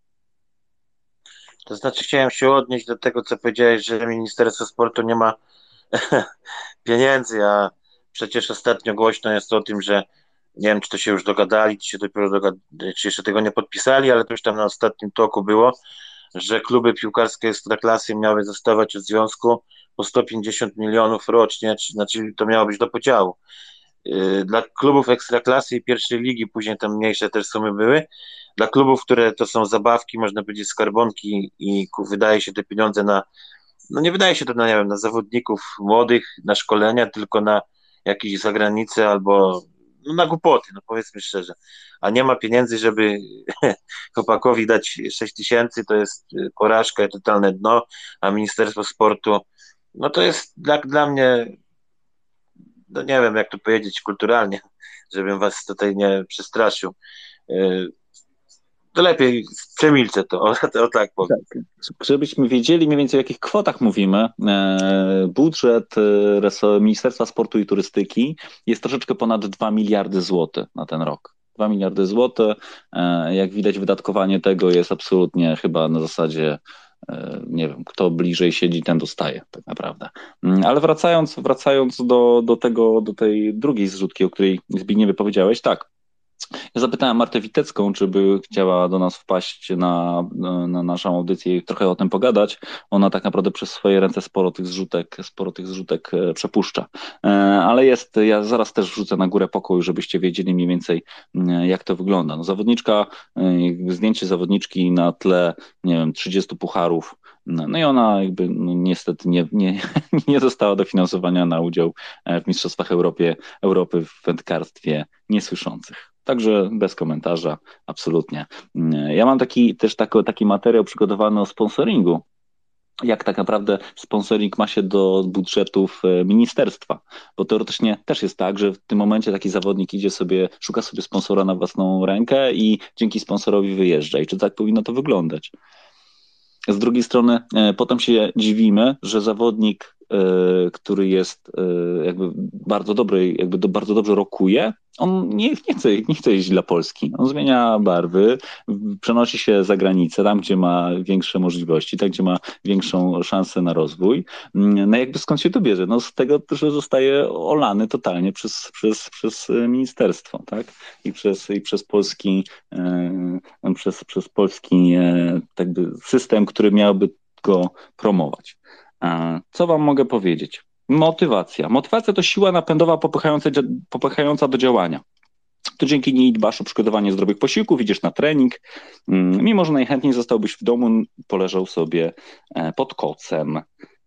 To znaczy chciałem się odnieść do tego, co powiedziałeś, że Ministerstwo Sportu nie ma pieniędzy, a przecież ostatnio głośno jest o tym, że nie wiem, czy to się już dogadali, czy jeszcze tego nie podpisali, ale to już tam na ostatnim toku było, że kluby piłkarskie ekstraklasy miały dostawać od związku po 150 milionów rocznie, znaczy to miało być do podziału. Dla klubów ekstraklasy i pierwszej ligi, później tam mniejsze też sumy były, dla klubów, które to są zabawki, można powiedzieć skarbonki i wydaje się te pieniądze nie wydaje się to nie wiem, na zawodników młodych, na szkolenia, tylko na jakieś zagranice albo na głupoty, no powiedzmy szczerze. A nie ma pieniędzy, żeby chłopakowi dać 6 tysięcy, to jest porażka i totalne dno, a Ministerstwo Sportu, no to jest dla mnie no nie wiem jak to powiedzieć kulturalnie, żebym was tutaj nie przestraszył. To lepiej przemilczę to, o tak powiem. Tak. Żebyśmy wiedzieli mniej więcej o jakich kwotach mówimy, budżet Ministerstwa Sportu i Turystyki jest troszeczkę ponad 2 miliardy złotych na ten rok. 2 miliardy złotych. Jak widać, wydatkowanie tego jest absolutnie chyba na zasadzie nie wiem, kto bliżej siedzi, ten dostaje tak naprawdę. Ale wracając do tej drugiej zrzutki, o której Zbigniewie powiedziałeś, tak. Ja zapytałem Martę Witecką, czy by chciała do nas wpaść na naszą audycję i trochę o tym pogadać. Ona tak naprawdę przez swoje ręce sporo tych zrzutek przepuszcza. Ale ja zaraz też wrzucę na górę pokój, żebyście wiedzieli mniej więcej, jak to wygląda. No, zdjęcie zawodniczki na tle, nie wiem, 30 pucharów. No i ona jakby no, niestety nie została dofinansowania na udział w Mistrzostwach Europy w wędkarstwie niesłyszących. Także bez komentarza, absolutnie. Ja mam taki materiał przygotowany o sponsoringu. Jak tak naprawdę sponsoring ma się do budżetów ministerstwa. Bo teoretycznie też jest tak, że w tym momencie taki zawodnik szuka sobie sponsora na własną rękę i dzięki sponsorowi wyjeżdża. I czy tak powinno to wyglądać? Z drugiej strony potem się dziwimy, że zawodnik, który jest jakby bardzo dobry, bardzo dobrze rokuje, on nie chce iść dla Polski. On zmienia barwy, przenosi się za granicę, tam gdzie ma większe możliwości, tam gdzie ma większą szansę na rozwój. No jakby skąd się to bierze? No z tego, że zostaje olany totalnie przez ministerstwo, tak? I przez polski jakby system, który miałby go promować. Co wam mogę powiedzieć? Motywacja. Motywacja to siła napędowa popychająca do działania. To dzięki niej dbasz o przygotowanie zdrowych posiłków, idziesz na trening, mimo że najchętniej zostałbyś w domu, poleżał sobie pod kocem.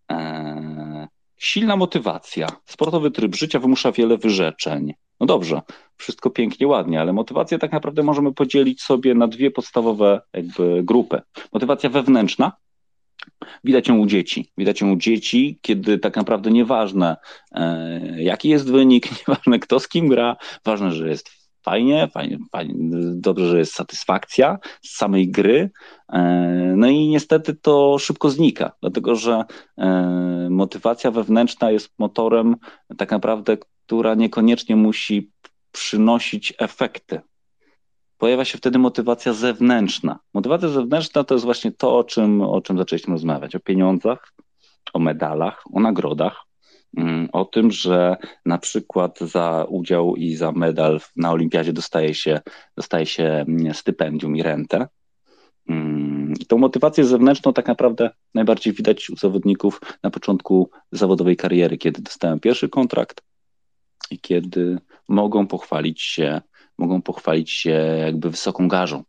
Silna motywacja. Sportowy tryb życia wymusza wiele wyrzeczeń. No dobrze, wszystko pięknie, ładnie, ale motywację tak naprawdę możemy podzielić sobie na dwie podstawowe jakby grupy. Motywacja wewnętrzna. Widać ją u dzieci. Widać ją u dzieci, kiedy tak naprawdę nieważne, jaki jest wynik, nieważne kto z kim gra, ważne, że jest fajnie, dobrze, że jest satysfakcja z samej gry. No i niestety to szybko znika, dlatego że motywacja wewnętrzna jest motorem tak naprawdę, która niekoniecznie musi przynosić efekty. Pojawia się wtedy motywacja zewnętrzna. Motywacja zewnętrzna to jest właśnie to, o czym zaczęliśmy rozmawiać. O pieniądzach, o medalach, o nagrodach. O tym, że na przykład za udział i za medal na olimpiadzie dostaje się stypendium i rentę. I tą motywację zewnętrzną tak naprawdę najbardziej widać u zawodników na początku zawodowej kariery, kiedy dostają pierwszy kontrakt i kiedy mogą pochwalić się jakby wysoką garzą.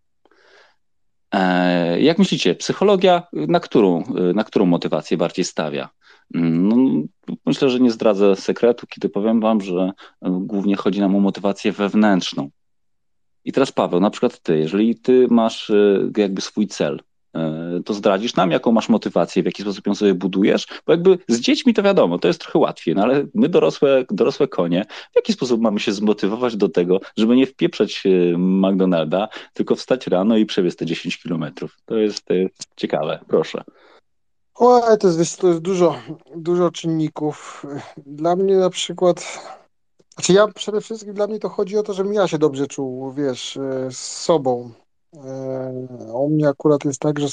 Jak myślicie, psychologia na którą motywację bardziej stawia? No, myślę, że nie zdradzę sekretu, kiedy powiem wam, że głównie chodzi nam o motywację wewnętrzną. I teraz Paweł, na przykład ty, jeżeli ty masz jakby swój cel, to zdradzisz nam, jaką masz motywację, w jaki sposób ją sobie budujesz? Bo jakby z dziećmi to wiadomo, to jest trochę łatwiej, no ale my dorosłe konie, w jaki sposób mamy się zmotywować do tego, żeby nie wpieprzać McDonalda, tylko wstać rano i przebiec te 10 kilometrów? To jest ciekawe, proszę. To jest dużo czynników. Dla mnie na przykład, ja przede wszystkim dla mnie to chodzi o to, żebym ja się dobrze czuł, wiesz, z sobą. U mnie akurat jest tak, że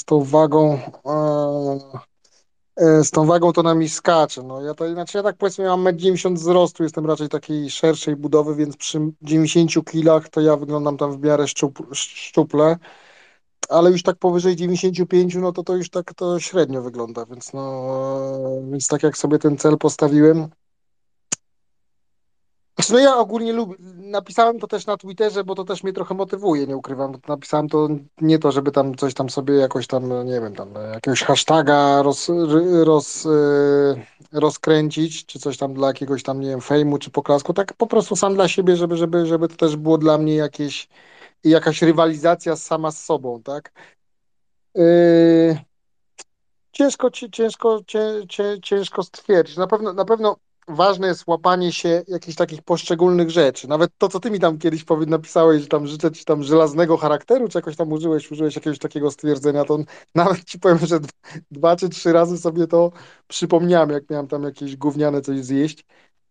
z tą wagą to na mi skacze. No, ja tak powiedzmy mam 1,90 m wzrostu, jestem raczej takiej szerszej budowy, więc przy 90 kilach to ja wyglądam tam w miarę szczuple, ale już tak powyżej 95, no to już tak to średnio wygląda, więc tak jak sobie ten cel postawiłem. Znaczy, no ja ogólnie napisałem to też na Twitterze, bo to też mnie trochę motywuje, nie ukrywam. Napisałem to nie to, żeby tam coś tam sobie jakoś tam, nie wiem, tam jakiegoś hashtaga rozkręcić, czy coś tam dla jakiegoś tam, nie wiem, fejmu, czy poklasku, tak po prostu sam dla siebie, żeby to też było dla mnie jakaś rywalizacja sama z sobą, tak? Ciężko stwierdzić. Na pewno ważne jest łapanie się jakichś takich poszczególnych rzeczy. Nawet to, co ty mi tam kiedyś napisałeś, że tam życzę ci tam żelaznego charakteru, czy jakoś tam użyłeś jakiegoś takiego stwierdzenia, to nawet ci powiem, że 2 czy 3 razy sobie to przypomniałem, jak miałem tam jakieś gówniane coś zjeść.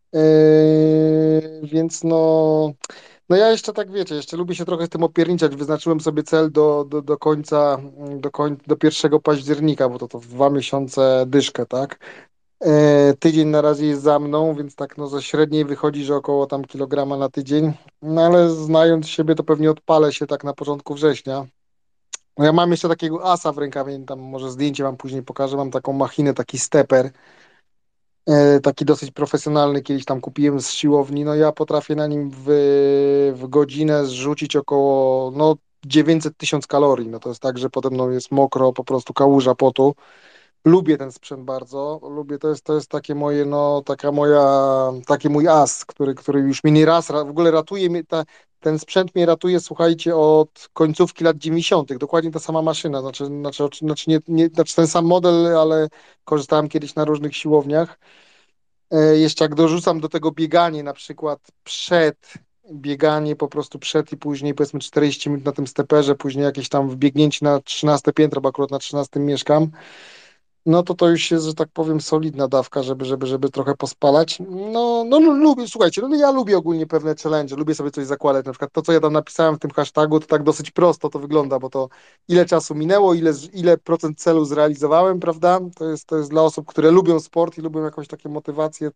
Więc no ja jeszcze tak wiecie, jeszcze lubię się trochę z tym opierniczać. Wyznaczyłem sobie cel do końca, do 1 października, bo to w 2 miesiące dyszkę, tak? Tydzień na razie jest za mną, więc tak no ze średniej wychodzi, że około tam kilograma na tydzień. No ale znając siebie, to pewnie odpalę się tak na początku września. No ja mam jeszcze takiego asa w rękawie, tam może zdjęcie wam później pokażę. Mam taką machinę, taki steper, taki dosyć profesjonalny, kiedyś tam kupiłem z siłowni. No ja potrafię na nim w godzinę zrzucić około 900 000 kalorii. No to jest tak, że potem no, jest mokro, po prostu kałuża potu. Lubię ten sprzęt bardzo, lubię, to jest takie moje, taki mój as, który już mnie nie raz, w ogóle ratuje mnie, ten sprzęt mnie ratuje, słuchajcie, od końcówki lat 90., dokładnie ta sama maszyna, znaczy ten sam model, ale korzystałem kiedyś na różnych siłowniach. Jeszcze jak dorzucam do tego bieganie, na przykład bieganie po prostu przed i później powiedzmy 40 minut na tym steperze, później jakieś tam wbiegnięcie na 13 piętro, bo akurat na 13 mieszkam, no to już jest, że tak powiem, solidna dawka, żeby trochę pospalać. No lubię, słuchajcie, no ja lubię ogólnie pewne challenge, lubię sobie coś zakładać, na przykład to, co ja tam napisałem w tym hashtagu, to tak dosyć prosto to wygląda, bo to ile czasu minęło, ile procent celu zrealizowałem, prawda? To jest dla osób, które lubią sport i lubią jakąś takie motywację,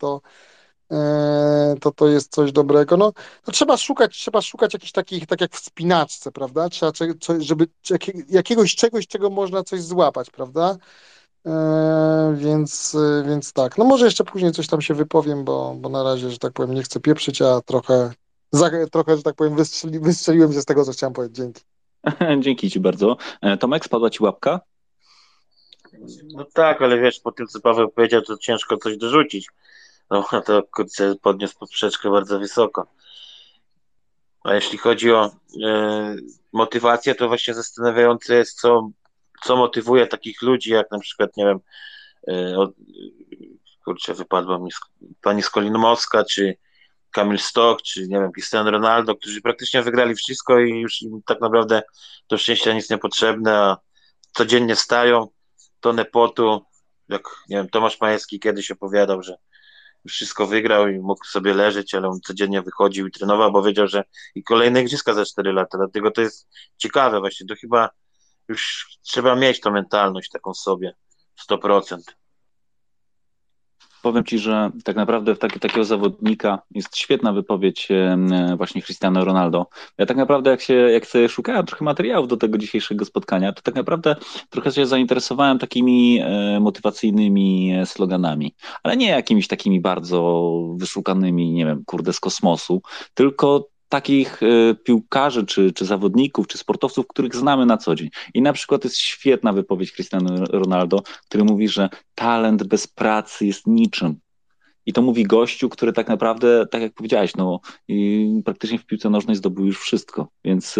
to jest coś dobrego. No, to trzeba szukać jakichś takich, tak jak w wspinaczce, prawda? Trzeba, żeby jakiegoś czegoś, czego można coś złapać, prawda? Więc tak. No może jeszcze później coś tam się wypowiem, bo na razie, że tak powiem, nie chcę pieprzyć, a trochę, że tak powiem, wystrzeliłem się z tego, co chciałem powiedzieć. Dzięki. Dzięki ci bardzo. Tomek, spadła ci łapka? No tak, ale wiesz, po tym co Paweł powiedział, to ciężko coś dorzucić. No to kurczę, podniósł poprzeczkę bardzo wysoko. A jeśli chodzi o motywację, to właśnie zastanawiające jest, co motywuje takich ludzi, jak na przykład, nie wiem, kurczę, wypadła mi pani Skolimowska, czy Kamil Stoch, czy nie wiem, Cristiano Ronaldo, którzy praktycznie wygrali wszystko i już im tak naprawdę do szczęścia nic nie potrzebne, a codziennie wstają, tonę potu, jak nie wiem, Tomasz Majewski kiedyś opowiadał, że już wszystko wygrał i mógł sobie leżeć, ale on codziennie wychodził i trenował, bo wiedział, że i kolejne igrzyska za 4 lata, dlatego to jest ciekawe właśnie, to chyba już trzeba mieć tą mentalność taką sobie 100%. Powiem ci, że tak naprawdę takiego zawodnika jest świetna wypowiedź właśnie Cristiano Ronaldo. Ja tak naprawdę jak sobie szukałem trochę materiałów do tego dzisiejszego spotkania, to tak naprawdę trochę się zainteresowałem takimi motywacyjnymi sloganami, ale nie jakimiś takimi bardzo wyszukanymi, nie wiem, kurde z kosmosu, tylko takich piłkarzy, czy zawodników, czy sportowców, których znamy na co dzień. I na przykład jest świetna wypowiedź Cristiano Ronaldo, który mówi, że talent bez pracy jest niczym. I to mówi gościu, który tak naprawdę, tak jak powiedziałeś, no i praktycznie w piłce nożnej zdobył już wszystko. Więc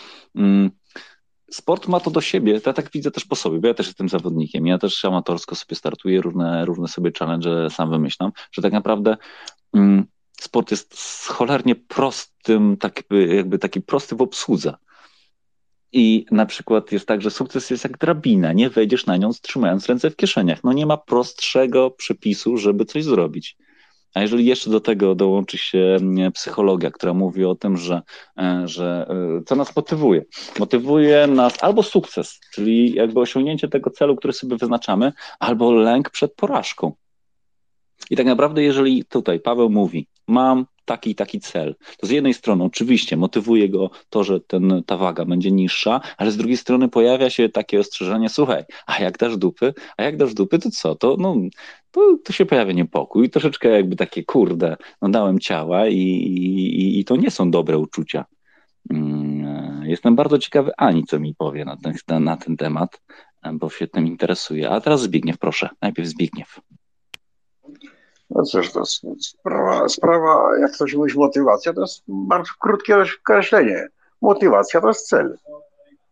sport ma to do siebie, to ja tak widzę też po sobie, bo ja też jestem zawodnikiem, ja też amatorsko sobie startuję, różne sobie challenge sam wymyślam, że tak naprawdę sport jest cholernie prostym, jakby taki prosty w obsłudze. I na przykład jest tak, że sukces jest jak drabina, nie wejdziesz na nią trzymając ręce w kieszeniach. No nie ma prostszego przepisu, żeby coś zrobić. A jeżeli jeszcze do tego dołączy się psychologia, która mówi o tym, że co nas motywuje? Motywuje nas albo sukces, czyli jakby osiągnięcie tego celu, który sobie wyznaczamy, albo lęk przed porażką. I tak naprawdę, jeżeli tutaj Paweł mówi, mam taki cel, to z jednej strony oczywiście motywuje go to, że ta waga będzie niższa, ale z drugiej strony pojawia się takie ostrzeżenie, słuchaj, a jak dasz dupy, to co? To się pojawia niepokój, troszeczkę jakby takie, kurde, no dałem ciała i to nie są dobre uczucia. Jestem bardzo ciekawy Ani, co mi powie na ten temat, bo się tym interesuje. A teraz Zbigniew, proszę. Najpierw Zbigniew. No cóż, to sprawa, jak ktoś mówi motywacja, to jest bardzo krótkie określenie. Motywacja to jest cel.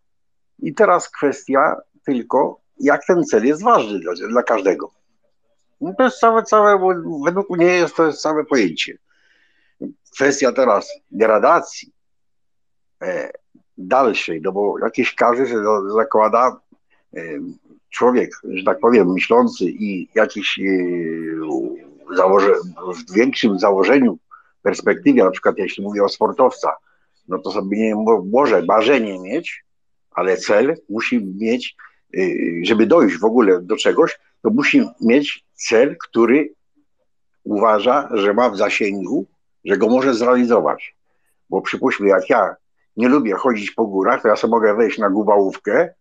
I teraz kwestia tylko, jak ten cel jest ważny dla każdego. No to jest bo według mnie to jest całe pojęcie. Kwestia teraz gradacji dalszej, no bo jakieś kary się zakłada e, człowiek, że tak powiem, myślący i jakiś w większym założeniu, perspektywie, na przykład jeśli mówię o sportowca, no to sobie nie może marzenie mieć, ale cel musi mieć, żeby dojść w ogóle do czegoś, to musi mieć cel, który uważa, że ma w zasięgu, że go może zrealizować. Bo przypuśćmy, jak ja nie lubię chodzić po górach, to ja sobie mogę wejść na Gubałówkę,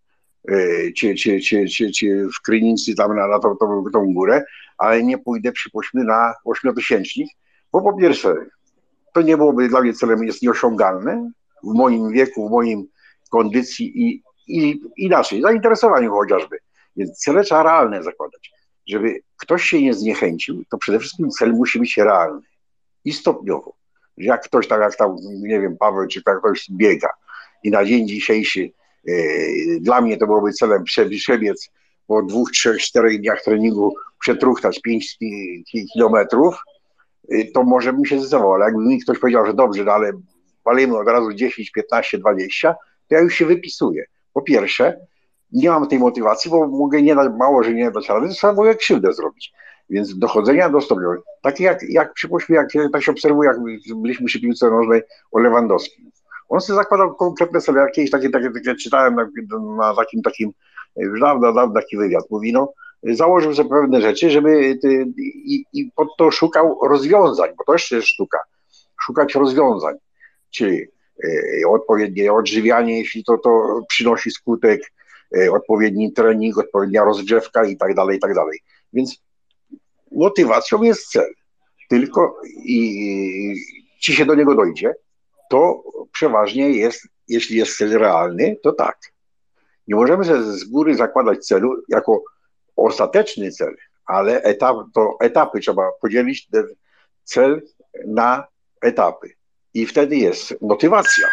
czy w Krynicy tam na tą górę, ale nie pójdę, przypuśćmy, na ośmiotysięcznik, bo po pierwsze, to nie byłoby dla mnie celem, jest nieosiągalne w moim wieku, w moim kondycji i inaczej, zainteresowaniu chociażby. Więc cele trzeba realne zakładać. Żeby ktoś się nie zniechęcił, to przede wszystkim cel musi być realny i stopniowo. Jak ktoś, tak jak tam, nie wiem, Paweł, czy tak ktoś biega i na dzień dzisiejszy dla mnie to byłoby celem przebiec po 2, 3, 4 dniach treningu, przetruchtać 5 kilometrów, to może bym się zdecydował, ale jakby mi ktoś powiedział, że dobrze, no ale walimy od razu 10, 15, 20, to ja już się wypisuję. Po pierwsze, nie mam tej motywacji, bo mogę nie dać, mało, że nie dać rady, to trzeba mogę krzywdę zrobić. Więc dochodzenia do stopnia, takie jak przypuśćmy, jak tak się obserwuje, jak byliśmy przy piłce nożnej o Lewandowskim. On sobie zakładał konkretne cele, jakieś takie czytałem na takim już dawno taki wywiad. Mówi, no, założył sobie pewne rzeczy, żeby i pod to szukał rozwiązań, bo to jeszcze jest sztuka. Szukać rozwiązań, czyli odpowiednie odżywianie, jeśli to przynosi skutek, odpowiedni trening, odpowiednia rozgrzewka i tak dalej, i tak dalej. Więc motywacją jest cel. Tylko ci się do niego dojdzie, to przeważnie jest, jeśli jest cel realny, to tak. Nie możemy sobie z góry zakładać celu jako ostateczny cel, ale etapy trzeba podzielić ten cel na etapy. I wtedy jest motywacja.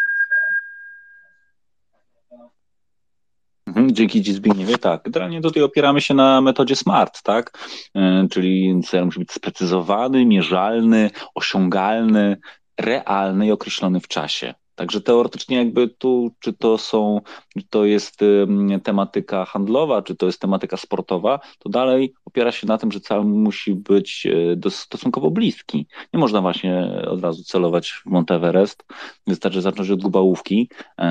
Dzięki Ci, Zbigniewie. Tak, generalnie tutaj opieramy się na metodzie SMART, tak? Czyli cel musi być sprecyzowany, mierzalny, osiągalny, realny i określony w czasie. Także teoretycznie jakby tu, czy to jest tematyka handlowa, czy to jest tematyka sportowa, to dalej opiera się na tym, że cel musi być stosunkowo bliski. Nie można właśnie od razu celować w Monteverest, wystarczy zacząć od Gubałówki,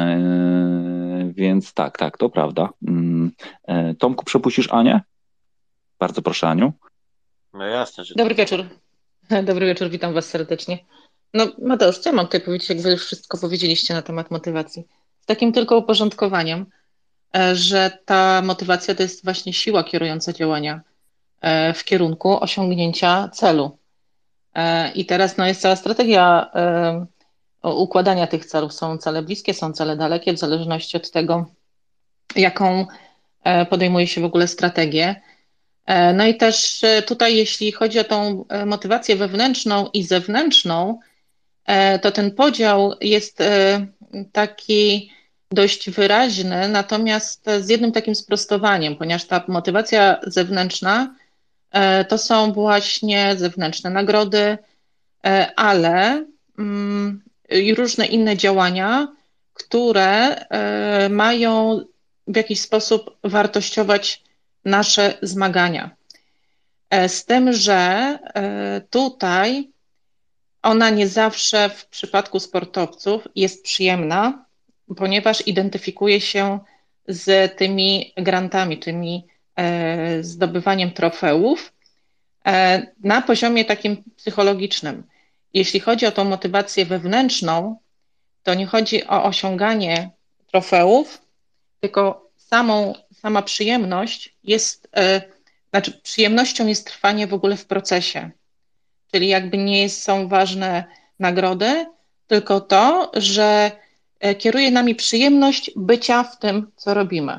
więc tak, to prawda. Tomku, przepuścisz Anię? Bardzo proszę, Aniu. No jasne, że Dobry wieczór. Dobry wieczór, witam Was serdecznie. No Mateusz, co ja mam tutaj powiedzieć, jak Wy już wszystko powiedzieliście na temat motywacji? Z takim tylko uporządkowaniem, że ta motywacja to jest właśnie siła kierująca działania w kierunku osiągnięcia celu. I teraz no, jest cała strategia układania tych celów. Są cele bliskie, są cele dalekie, w zależności od tego, jaką podejmuje się w ogóle strategię. No i też tutaj, jeśli chodzi o tą motywację wewnętrzną i zewnętrzną, to ten podział jest taki dość wyraźny, natomiast z jednym takim sprostowaniem, ponieważ ta motywacja zewnętrzna to są właśnie zewnętrzne nagrody, ale i różne inne działania, które mają w jakiś sposób wartościować nasze zmagania. Z tym, że tutaj ona nie zawsze w przypadku sportowców jest przyjemna, ponieważ identyfikuje się z tymi grantami, tymi zdobywaniem trofeów na poziomie takim psychologicznym. Jeśli chodzi o tą motywację wewnętrzną, to nie chodzi o osiąganie trofeów, tylko sama przyjemność jest, przyjemnością jest trwanie w ogóle w procesie. Czyli jakby nie są ważne nagrody, tylko to, że kieruje nami przyjemność bycia w tym, co robimy.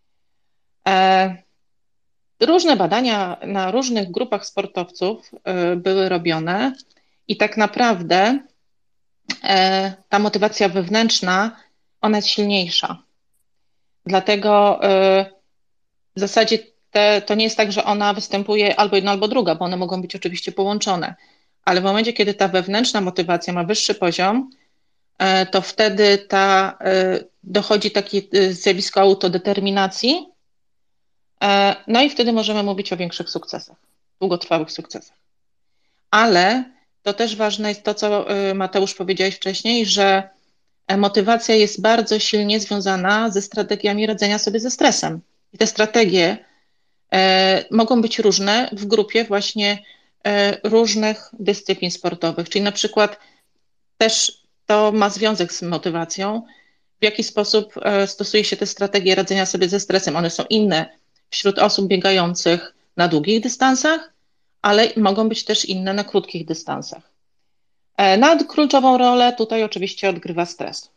Różne badania na różnych grupach sportowców były robione i tak naprawdę ta motywacja wewnętrzna, ona jest silniejsza. Dlatego w zasadzie to nie jest tak, że ona występuje albo jedna, albo druga, bo one mogą być oczywiście połączone. Ale w momencie, kiedy ta wewnętrzna motywacja ma wyższy poziom, to wtedy dochodzi takie zjawisko autodeterminacji, no i wtedy możemy mówić o większych sukcesach, długotrwałych sukcesach. Ale to też ważne jest to, co Mateusz powiedziałeś wcześniej, że motywacja jest bardzo silnie związana ze strategiami radzenia sobie ze stresem. I te strategie mogą być różne w grupie właśnie różnych dyscyplin sportowych, czyli na przykład też to ma związek z motywacją, w jaki sposób stosuje się te strategie radzenia sobie ze stresem. One są inne wśród osób biegających na długich dystansach, ale mogą być też inne na krótkich dystansach. Kluczową rolę tutaj oczywiście odgrywa stres.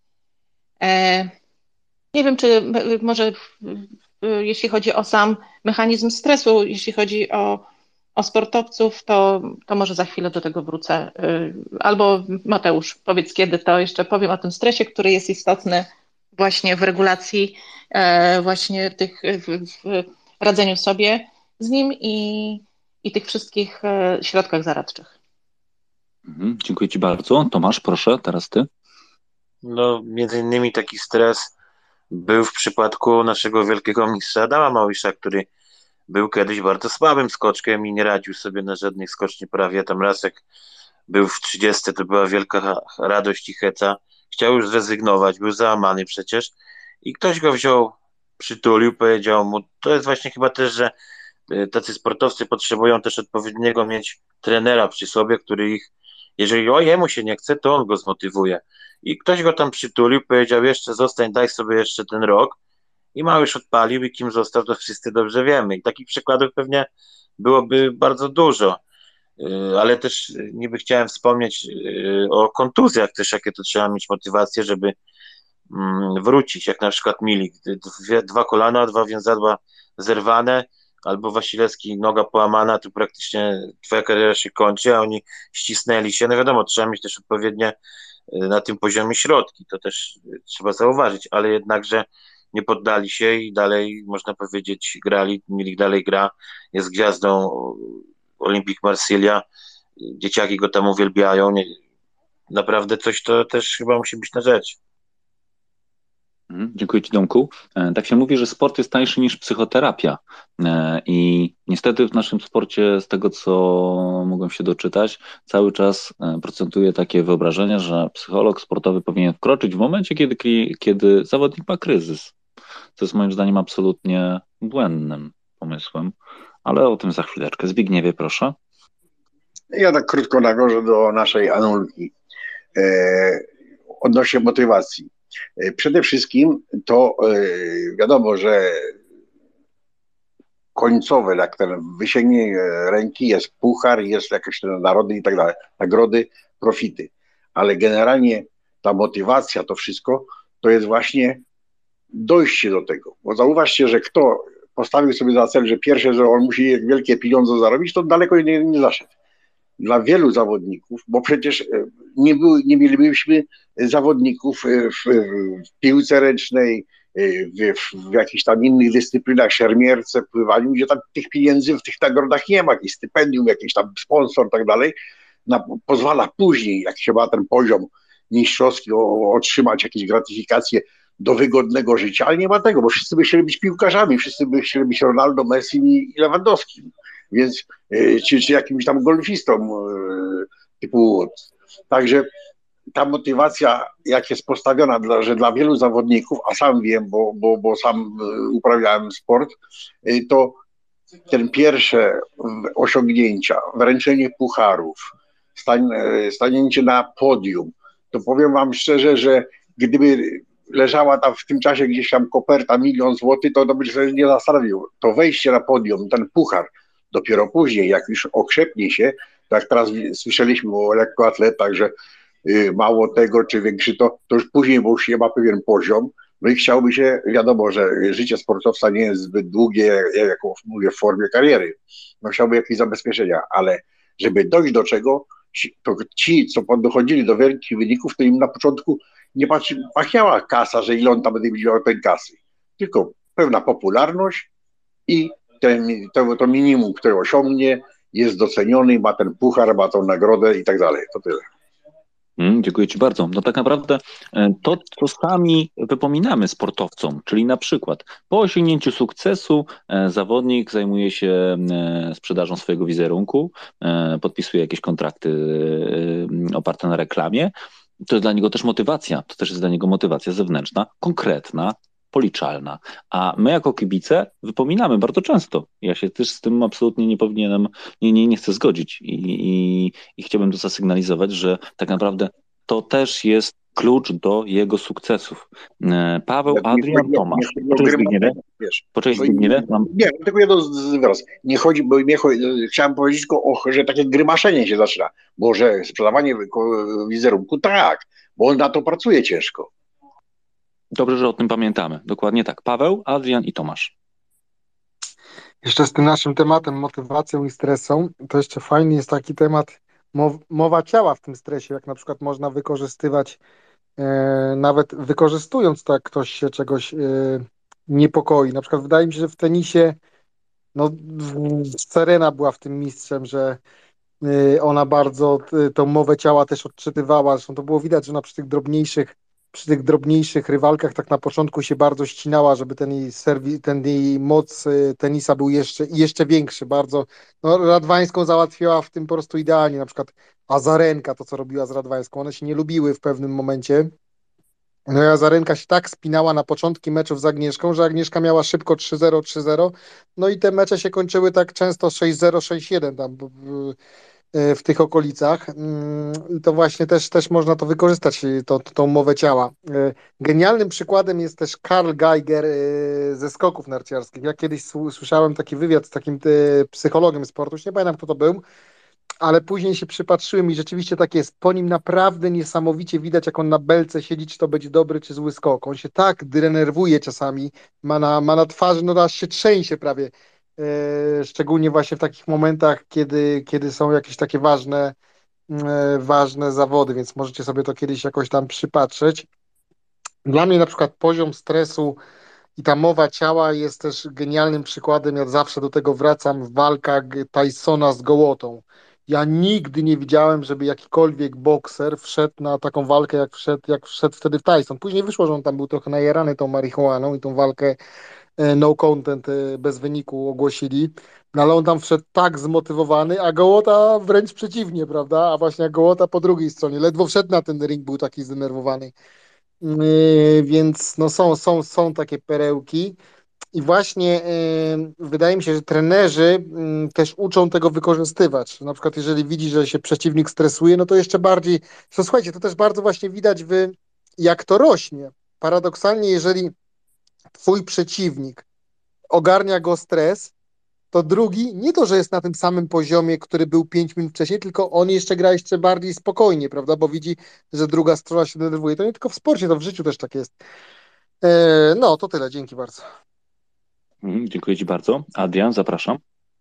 Nie wiem, czy może jeśli chodzi o sam mechanizm stresu, jeśli chodzi o sportowców, to może za chwilę do tego wrócę. Albo Mateusz, powiedz kiedy, to jeszcze powiem o tym stresie, który jest istotny właśnie w regulacji, właśnie w radzeniu sobie z nim i tych wszystkich środkach zaradczych. Dziękuję Ci bardzo. Tomasz, proszę, teraz Ty. No, między innymi taki stres był w przypadku naszego wielkiego mistrza Adama Małysza, który był kiedyś bardzo słabym skoczkiem i nie radził sobie na żadnej skoczni prawie. Tam raz jak był w 30, to była wielka radość i heca. Chciał już zrezygnować, był załamany przecież i ktoś go wziął, przytulił, powiedział mu, to jest właśnie chyba też, że tacy sportowcy potrzebują też odpowiedniego mieć trenera przy sobie, który ich, jeżeli jemu się nie chce, to on go zmotywuje. I ktoś go tam przytulił, powiedział, jeszcze zostań, daj sobie jeszcze ten rok. I Małysz odpalił i kim został, to wszyscy dobrze wiemy. I takich przykładów pewnie byłoby bardzo dużo. Ale też niby chciałem wspomnieć o kontuzjach też, jakie to trzeba mieć motywację, żeby wrócić, jak na przykład Milik. 2 kolana, 2 więzadła zerwane, albo Wasilewski noga połamana, tu praktycznie twoja kariera się kończy, a oni ścisnęli się. No wiadomo, trzeba mieć też odpowiednie na tym poziomie środki, to też trzeba zauważyć, ale jednakże nie poddali się i dalej, można powiedzieć, grali, Milik dalej gra, jest gwiazdą Olympique Marsylia, dzieciaki go tam uwielbiają, naprawdę coś to też chyba musi być na rzecz. Dziękuję Ci, Domku. Tak się mówi, że sport jest tańszy niż psychoterapia i niestety w naszym sporcie, z tego co mogłem się doczytać, cały czas procentuje takie wyobrażenie, że psycholog sportowy powinien wkroczyć w momencie, kiedy zawodnik ma kryzys. Co jest moim zdaniem absolutnie błędnym pomysłem, ale o tym za chwileczkę. Zbigniewie, proszę. Ja tak krótko nawiążę do naszej Anulki odnośnie motywacji. Przede wszystkim to wiadomo, że końcowe, jak ten wysięgnie ręki, jest puchar, jest jakieś narody i tak dalej, nagrody, profity. Ale generalnie ta motywacja, to wszystko, to jest właśnie dojście do tego. Bo zauważcie, że kto postawił sobie za cel, że pierwsze, że on musi wielkie pieniądze zarobić, to daleko nie zaszedł. Dla wielu zawodników, bo przecież nie mielibyśmy zawodników w piłce ręcznej, w jakichś tam innych dyscyplinach, szermierce, pływaniu, gdzie tam tych pieniędzy w tych nagrodach nie ma, jakiś stypendium, jakiś tam sponsor i tak dalej, pozwala później, jak się ma ten poziom mistrzowski, otrzymać jakieś gratyfikacje do wygodnego życia, ale nie ma tego, bo wszyscy by chcieli być piłkarzami, wszyscy by chcieli być Ronaldo, Messi i Lewandowskim, więc czy jakimś tam golfistą typu Wood. Także ta motywacja, jak jest postawiona, że dla wielu zawodników, a sam wiem, bo sam uprawiałem sport, to ten pierwsze osiągnięcia, wręczenie pucharów, stanięcie na podium, to powiem wam szczerze, że gdyby leżała tam w tym czasie gdzieś tam koperta 1 000 000 złotych, to by się nie zastanowił. To wejście na podium, ten puchar, dopiero później, jak już okrzepnie się, tak teraz słyszeliśmy o lekkoatletach, że mało tego, czy większy to już później, bo już się ma pewien poziom, no i chciałby się, wiadomo, że życie sportowca nie jest zbyt długie, jak mówię, w formie kariery, no chciałby jakieś zabezpieczenia, ale żeby dojść do czego, to ci, co dochodzili do wielkich wyników, to im na początku nie pachniała kasa, że ile on tam będzie miał tej kasy, tylko pewna popularność i to minimum, które osiągnie, jest doceniony, ma ten puchar, ma tą nagrodę i tak dalej. To tyle. Dziękuję Ci bardzo. No tak naprawdę to, co sami wypominamy sportowcom, czyli na przykład po osiągnięciu sukcesu zawodnik zajmuje się sprzedażą swojego wizerunku, podpisuje jakieś kontrakty oparte na reklamie. To jest dla niego też motywacja, to też jest dla niego motywacja zewnętrzna, konkretna, policzalna. A my jako kibice wypominamy bardzo często. Ja się też z tym absolutnie nie powinienem, nie chcę zgodzić i chciałbym to zasygnalizować, że tak naprawdę to też jest klucz do jego sukcesów. Paweł, Adrian, Tomasz. Poczekaj Zbigniewie. Poczekaj Zbigniewie. Nie, tylko jedno wyraz. Nie chodzi, bo chciałem powiedzieć tylko, że takie grymaszenie się zaczyna. Bo że sprzedawanie wizerunku, tak, bo on na to pracuje ciężko. Dobrze, że o tym pamiętamy. Dokładnie tak. Paweł, Adrian i Tomasz. Jeszcze z tym naszym tematem motywacją i stresą, to jeszcze fajny jest taki temat mowa ciała w tym stresie, jak na przykład można wykorzystywać, nawet wykorzystując to, jak ktoś się czegoś niepokoi. Na przykład wydaje mi się, że w tenisie no, Serena była w tym mistrzem, że ona bardzo tą mowę ciała też odczytywała. Zresztą to było widać, że ona przy tych drobniejszych rywalkach tak na początku się bardzo ścinała, żeby ten jej moc tenisa był jeszcze większy. Bardzo, no, Radwańską załatwiła w tym po prostu idealnie, na przykład Azarenka, to co robiła z Radwańską, one się nie lubiły w pewnym momencie. No i Azarenka się tak spinała na początki meczów z Agnieszką, że Agnieszka miała szybko 3-0, 3-0, no i te mecze się kończyły tak często 6-0, 6-1 tam w tych okolicach. I to właśnie też można to wykorzystać, tą mowę ciała. Genialnym przykładem jest też Karl Geiger ze skoków narciarskich. Ja kiedyś słyszałem taki wywiad z takim psychologiem sportu, już nie pamiętam kto to był, ale później się przypatrzyłem i rzeczywiście tak jest. Po nim naprawdę niesamowicie widać, jak on na belce siedzi, czy to będzie dobry, czy zły skok. On się tak denerwuje czasami, ma na twarzy, no aż się trzęsie prawie. Szczególnie właśnie w takich momentach, kiedy są jakieś takie ważne zawody, więc możecie sobie to kiedyś jakoś tam przypatrzeć. Dla mnie na przykład poziom stresu i ta mowa ciała jest też genialnym przykładem, ja zawsze do tego wracam w walkach Tysona z Gołotą. Ja nigdy nie widziałem, żeby jakikolwiek bokser wszedł na taką walkę, jak wszedł wtedy Tyson. Później wyszło, że on tam był trochę najarany tą marihuaną i tą walkę no content bez wyniku ogłosili, no ale on tam wszedł tak zmotywowany, a Gołota wręcz przeciwnie, prawda? A właśnie Gołota po drugiej stronie, ledwo wszedł na ten ring, był taki zdenerwowany. Więc no są takie perełki i właśnie wydaje mi się, że trenerzy też uczą tego wykorzystywać. Na przykład jeżeli widzi, że się przeciwnik stresuje, no to jeszcze bardziej, to słuchajcie, to też bardzo właśnie widać jak to rośnie. Paradoksalnie, jeżeli twój przeciwnik ogarnia go stres, to drugi nie to, że jest na tym samym poziomie, który był 5 minut wcześniej, tylko on gra jeszcze bardziej spokojnie, prawda, bo widzi, że druga strona się denerwuje. To nie tylko w sporcie, to w życiu też tak jest. No, to tyle. Dzięki bardzo. Dziękuję Ci bardzo. Adrian, zapraszam.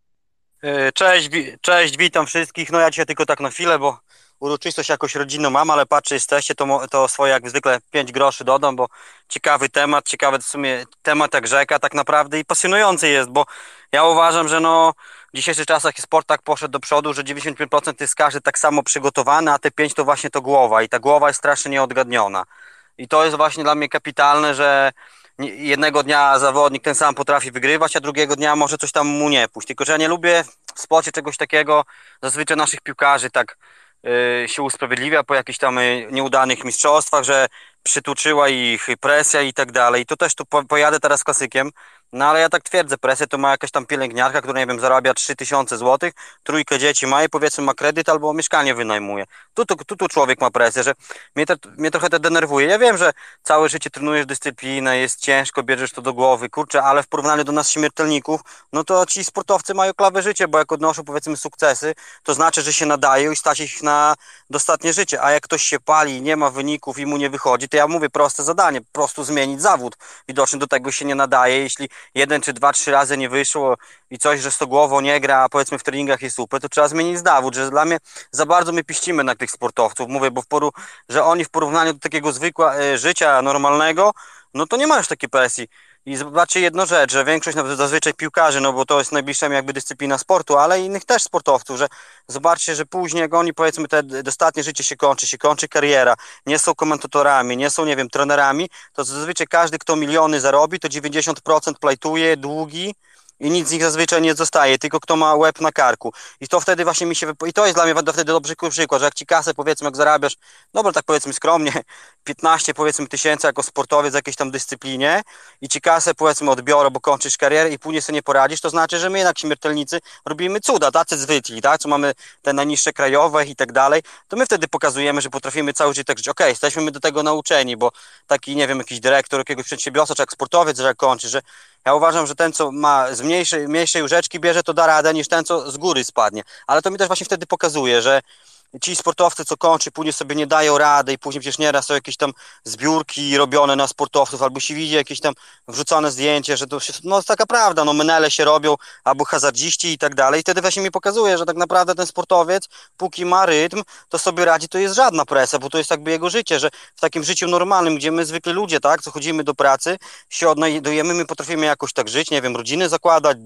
Cześć, witam wszystkich. No ja dzisiaj tylko tak na chwilę, bo uroczystość jakoś rodzinną mam, ale patrzę, jesteście, to swoje jak zwykle 5 groszy dodam, bo ciekawy ciekawy w sumie temat jak rzeka tak naprawdę i pasjonujący jest, bo ja uważam, że no w dzisiejszych czasach sport tak poszedł do przodu, że 95% jest każdy tak samo przygotowany, a te 5 to właśnie to głowa i ta głowa jest strasznie nieodgadniona. I to jest właśnie dla mnie kapitalne, że jednego dnia zawodnik ten sam potrafi wygrywać, a drugiego dnia może coś tam mu nie pójść. Tylko że ja nie lubię w sporcie czegoś takiego, zazwyczaj naszych piłkarzy tak się usprawiedliwia po jakichś tam nieudanych mistrzostwach, że przytłoczyła ich presja i tak dalej. I to też tu pojadę teraz klasykiem, no ale ja tak twierdzę, presję to ma jakaś tam pielęgniarka, która nie wiem, zarabia 3000 zł, trójkę dzieci ma i powiedzmy ma kredyt albo mieszkanie wynajmuje. Tu człowiek ma presję, że mnie trochę to denerwuje. Ja wiem, że całe życie trenujesz dyscyplinę, jest ciężko, bierzesz to do głowy, kurczę, ale w porównaniu do nas śmiertelników, no to ci sportowcy mają klawe życie, bo jak odnoszą powiedzmy sukcesy, to znaczy, że się nadają i stać ich na dostatnie życie, a jak ktoś się pali, nie ma wyników i mu nie wychodzi, to ja mówię proste zadanie, po prostu zmienić zawód. Widocznie do tego się nie nadaje, jeśli 1 czy 2, 3 razy nie wyszło i coś, że 100 głową nie gra, a powiedzmy w treningach jest super, to trzeba zmienić zawód, że dla mnie za bardzo my piścimy na tych sportowców, mówię, bo że oni w porównaniu do takiego zwykłego życia normalnego, no to nie mają już takiej presji. I zobaczcie jedną rzecz, że większość zazwyczaj piłkarzy, no bo to jest najbliższa mi jakby dyscyplina sportu, ale innych też sportowców, że zobaczcie, że później jak oni powiedzmy te dostatnie życie się kończy kariera, nie są komentatorami, nie są, nie wiem, trenerami, to zazwyczaj każdy, kto miliony zarobi, to 90% plajtuje, długi i nic z nich zazwyczaj nie zostaje, tylko kto ma łeb na karku. I to wtedy właśnie i to jest dla mnie wtedy dobry przykład, że jak ci kasę powiedzmy, jak zarabiasz, dobra, tak powiedzmy skromnie, 15 powiedzmy tysięcy jako sportowiec w jakiejś tam dyscyplinie i ci kasę powiedzmy odbiorą, bo kończysz karierę i później sobie nie poradzisz, to znaczy, że my jednak śmiertelnicy robimy cuda, tacy zwykli, tak, co mamy te najniższe krajowe i tak dalej, to my wtedy pokazujemy, że potrafimy cały życie tak żyć. Okej, jesteśmy my do tego nauczeni, bo taki, nie wiem, jakiś dyrektor jakiegoś przedsiębiorstwa, czy jak sportowiec, że jak kończy, że ja uważam, że ten, co ma z mniejszej łyżeczki bierze, to da radę, niż ten, co z góry spadnie. Ale to mi też właśnie wtedy pokazuje, że ci sportowcy, co kończy, później sobie nie dają rady i później przecież nieraz są jakieś tam zbiórki robione na sportowców, albo się widzi jakieś tam wrzucone zdjęcie, że to się, no jest taka prawda, no menele się robią, albo hazardziści i tak dalej. I wtedy właśnie mi pokazuje, że tak naprawdę ten sportowiec, póki ma rytm, to sobie radzi, to jest żadna presja, bo to jest jakby jego życie, że w takim życiu normalnym, gdzie my zwykli ludzie, tak, co chodzimy do pracy, się odnajdujemy, my potrafimy jakoś tak żyć, nie wiem, rodziny zakładać,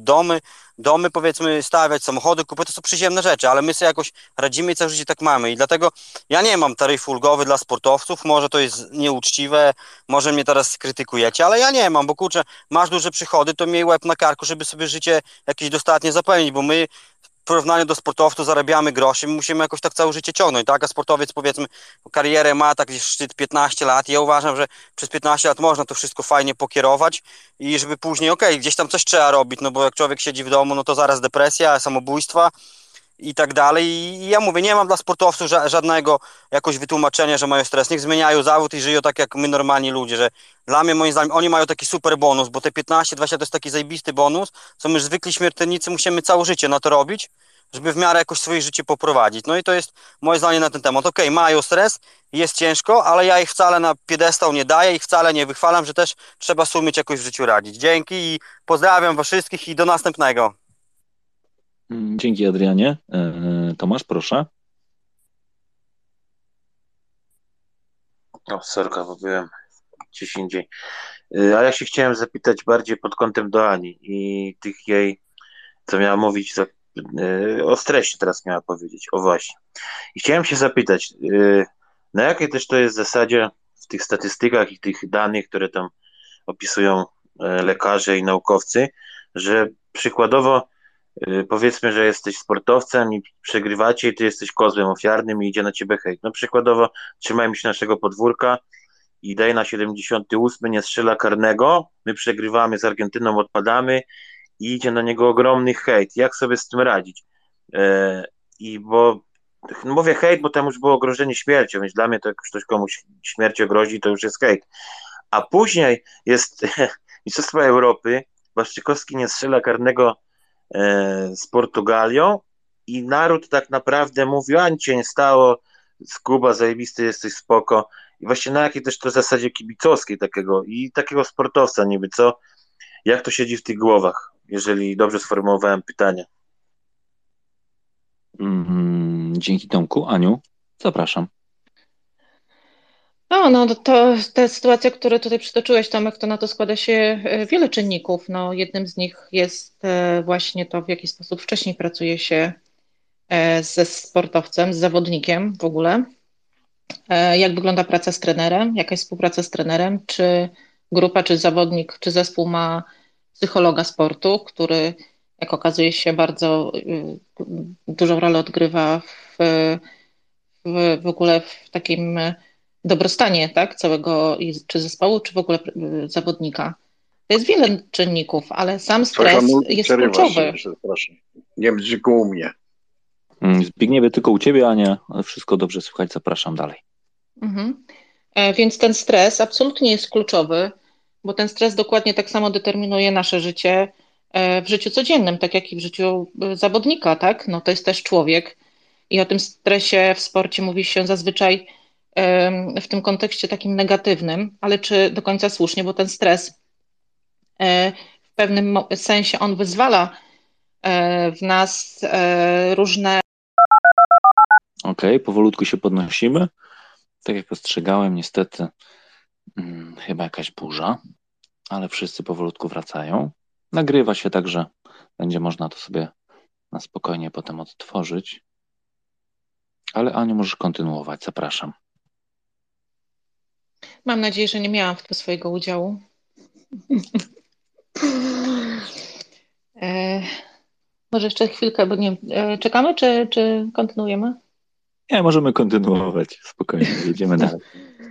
domy powiedzmy stawiać, samochody kupować, to są przyziemne rzeczy, ale my sobie jakoś radzimy i całe życie tak mamy i dlatego ja nie mam taryf ulgowy dla sportowców, może to jest nieuczciwe, może mnie teraz skrytykujecie, ale ja nie mam, bo kurczę, masz duże przychody, to miej łeb na karku, żeby sobie życie jakieś dostatnie zapewnić, bo my w porównaniu do sportowców zarabiamy groszy, my musimy jakoś tak całe życie ciągnąć, tak? A sportowiec powiedzmy karierę ma tak gdzieś szczyt 15 lat i ja uważam, że przez 15 lat można to wszystko fajnie pokierować i żeby później, gdzieś tam coś trzeba robić, no bo jak człowiek siedzi w domu, no to zaraz depresja, samobójstwa i tak dalej. I ja mówię, nie mam dla sportowców żadnego jakoś wytłumaczenia, że mają stres. Niech zmieniają zawód i żyją tak jak my normalni ludzie, że dla mnie, moim zdaniem, oni mają taki super bonus, bo te 15-20 to jest taki zajebisty bonus, co my zwykli śmiertelnicy musimy całe życie na to robić, żeby w miarę jakoś swoje życie poprowadzić. No i to jest moje zdanie na ten temat. Mają stres, jest ciężko, ale ja ich wcale na piedestał nie daję, ich wcale nie wychwalam, że też trzeba sobie umieć jakoś w życiu radzić. Dzięki i pozdrawiam was wszystkich i do następnego. Dzięki, Adrianie. Tomasz, proszę. O, sorka, bo byłem gdzieś indziej. A ja się chciałem zapytać bardziej pod kątem do Ani i tych jej, co miała mówić, o stresie teraz miała powiedzieć, o właśnie. I chciałem się zapytać, na jakiej też to jest zasadzie w tych statystykach i tych danych, które tam opisują lekarze i naukowcy, że przykładowo powiedzmy, że jesteś sportowcem i przegrywacie i ty jesteś kozłem ofiarnym i idzie na ciebie hejt. No przykładowo trzymajmy się naszego podwórka i daje na 78, nie strzela karnego, my przegrywamy z Argentyną, odpadamy i idzie na niego ogromny hejt. Jak sobie z tym radzić? I bo no mówię hejt, bo tam już było grożenie śmiercią, więc dla mnie to jak ktoś komuś śmiercią grozi, to już jest hejt. A później jest Mistrzostwa Europy, Błaszczykowski nie strzela karnego z Portugalią i naród tak naprawdę mówił, a nic się nie stało, z Kuba zajebisty, jesteś spoko. I właśnie na jakiej też to zasadzie kibicowskiej takiego sportowca niby, co? Jak to siedzi w tych głowach, jeżeli dobrze sformułowałem pytanie? Dzięki, Tomku. Aniu, zapraszam. No to ta sytuacja, którą tutaj przytoczyłeś, Tomek, to na to składa się wiele czynników. No, jednym z nich jest właśnie to, w jaki sposób wcześniej pracuje się ze sportowcem, z zawodnikiem w ogóle. Jak wygląda praca z trenerem, jaka jest współpraca z trenerem, czy grupa, czy zawodnik, czy zespół ma psychologa sportu, który, jak okazuje się, bardzo dużą rolę odgrywa w ogóle w takim dobrostanie, tak, całego czy zespołu, czy w ogóle zawodnika. To jest wiele czynników, ale sam stres jest kluczowy. Proszę. Nie wiem, tylko u mnie. Zbigniewie, tylko u ciebie, Ania. Wszystko dobrze słychać, zapraszam dalej. Więc ten stres absolutnie jest kluczowy, bo ten stres dokładnie tak samo determinuje nasze życie w życiu codziennym, tak jak i w życiu zawodnika, tak? No to jest też człowiek i o tym stresie w sporcie mówi się zazwyczaj w tym kontekście takim negatywnym, ale czy do końca słusznie, bo ten stres w pewnym sensie on wyzwala w nas różne... Okej, powolutku się podnosimy. Tak jak ostrzegałem, niestety chyba jakaś burza. ale wszyscy powolutku wracają. Nagrywa się tak, że będzie można to sobie na spokojnie potem odtworzyć. Ale Aniu, możesz kontynuować, zapraszam. Mam nadzieję, że nie miałam w tym swojego udziału. Może jeszcze chwilkę, bo nie wiem, czekamy, czy kontynuujemy? Nie, możemy kontynuować, spokojnie, jedziemy dalej.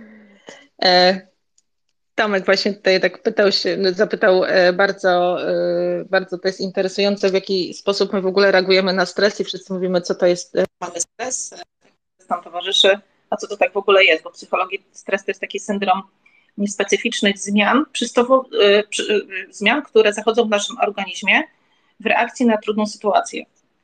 Tomek właśnie tutaj tak zapytał bardzo to jest interesujące, w jaki sposób my w ogóle reagujemy na stres i wszyscy mówimy, co to jest, mamy stres, co nam towarzyszy, a co to tak w ogóle jest, bo w psychologii stres to jest taki syndrom niespecyficznych zmian, zmian, które zachodzą w naszym organizmie w reakcji na trudną sytuację.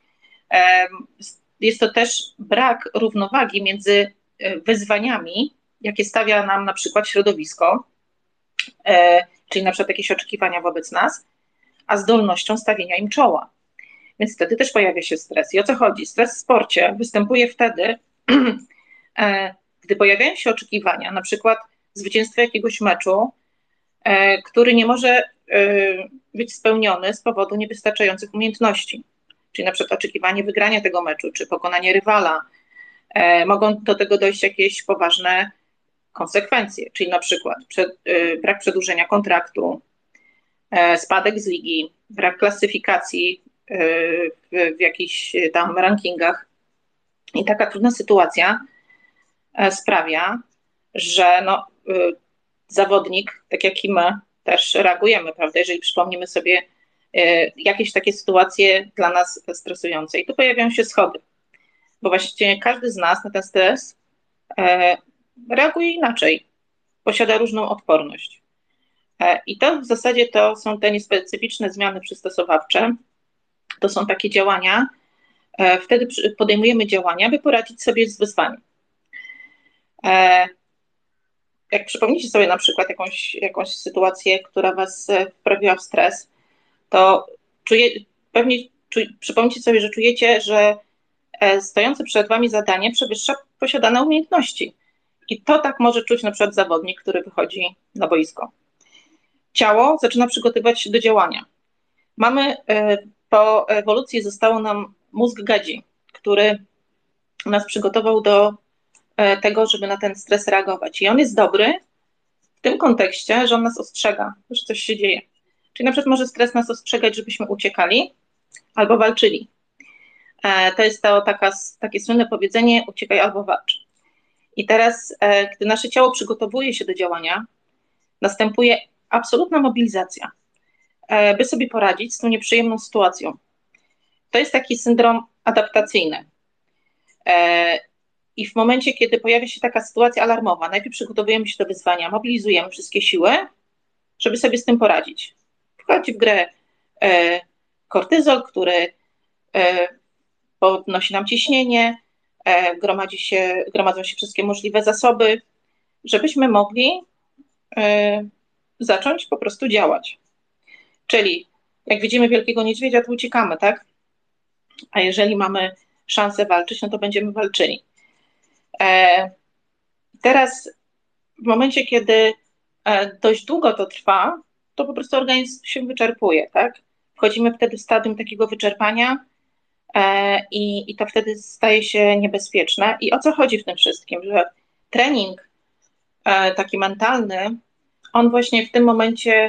Jest to też brak równowagi między wyzwaniami, jakie stawia nam na przykład środowisko, czyli na przykład jakieś oczekiwania wobec nas, a zdolnością stawienia im czoła. Więc wtedy też pojawia się stres. I o co chodzi? Stres w sporcie występuje wtedy, gdy pojawiają się oczekiwania, na przykład zwycięstwa jakiegoś meczu, który nie może być spełniony z powodu niewystarczających umiejętności. Czyli na przykład oczekiwanie wygrania tego meczu, czy pokonanie rywala. Mogą do tego dojść jakieś poważne konsekwencje, czyli na przykład brak przedłużenia kontraktu, spadek z ligi, brak klasyfikacji w jakichś tam rankingach. I taka trudna sytuacja sprawia, że zawodnik, tak jak i my, też reagujemy, prawda, jeżeli przypomnimy sobie jakieś takie sytuacje dla nas stresujące. I tu pojawiają się schody, bo właściwie każdy z nas na ten stres reaguje inaczej, posiada różną odporność. I to w zasadzie to są te niespecyficzne zmiany przystosowawcze, to są takie działania, wtedy podejmujemy działania, by poradzić sobie z wyzwaniem. Jak przypomnicie sobie na przykład jakąś sytuację, która was wprawiła w stres, to przypomnijcie sobie, że czujecie, że stojące przed wami zadanie przewyższa posiadane umiejętności. I to tak może czuć na przykład zawodnik, który wychodzi na boisko. Ciało zaczyna przygotowywać się do działania. Po ewolucji zostało nam mózg gadzi, który nas przygotował do tego, żeby na ten stres reagować. I on jest dobry w tym kontekście, że on nas ostrzega, że coś się dzieje. Czyli na przykład może stres nas ostrzegać, żebyśmy uciekali albo walczyli. To jest takie słynne powiedzenie: uciekaj albo walcz. I teraz, gdy nasze ciało przygotowuje się do działania, następuje absolutna mobilizacja, by sobie poradzić z tą nieprzyjemną sytuacją. To jest taki syndrom adaptacyjny. I w momencie, kiedy pojawia się taka sytuacja alarmowa, najpierw przygotowujemy się do wyzwania, mobilizujemy wszystkie siły, żeby sobie z tym poradzić. Wchodzi w grę kortyzol, który podnosi nam ciśnienie, gromadzą się wszystkie możliwe zasoby, żebyśmy mogli zacząć po prostu działać. Czyli jak widzimy wielkiego niedźwiedzia, to uciekamy, tak? A jeżeli mamy szansę walczyć, no to będziemy walczyli. Teraz w momencie, kiedy dość długo to trwa, to po prostu organizm się wyczerpuje, tak? Wchodzimy wtedy w stadium takiego wyczerpania i to wtedy staje się niebezpieczne. I o co chodzi w tym wszystkim? Że trening taki mentalny, on właśnie w tym momencie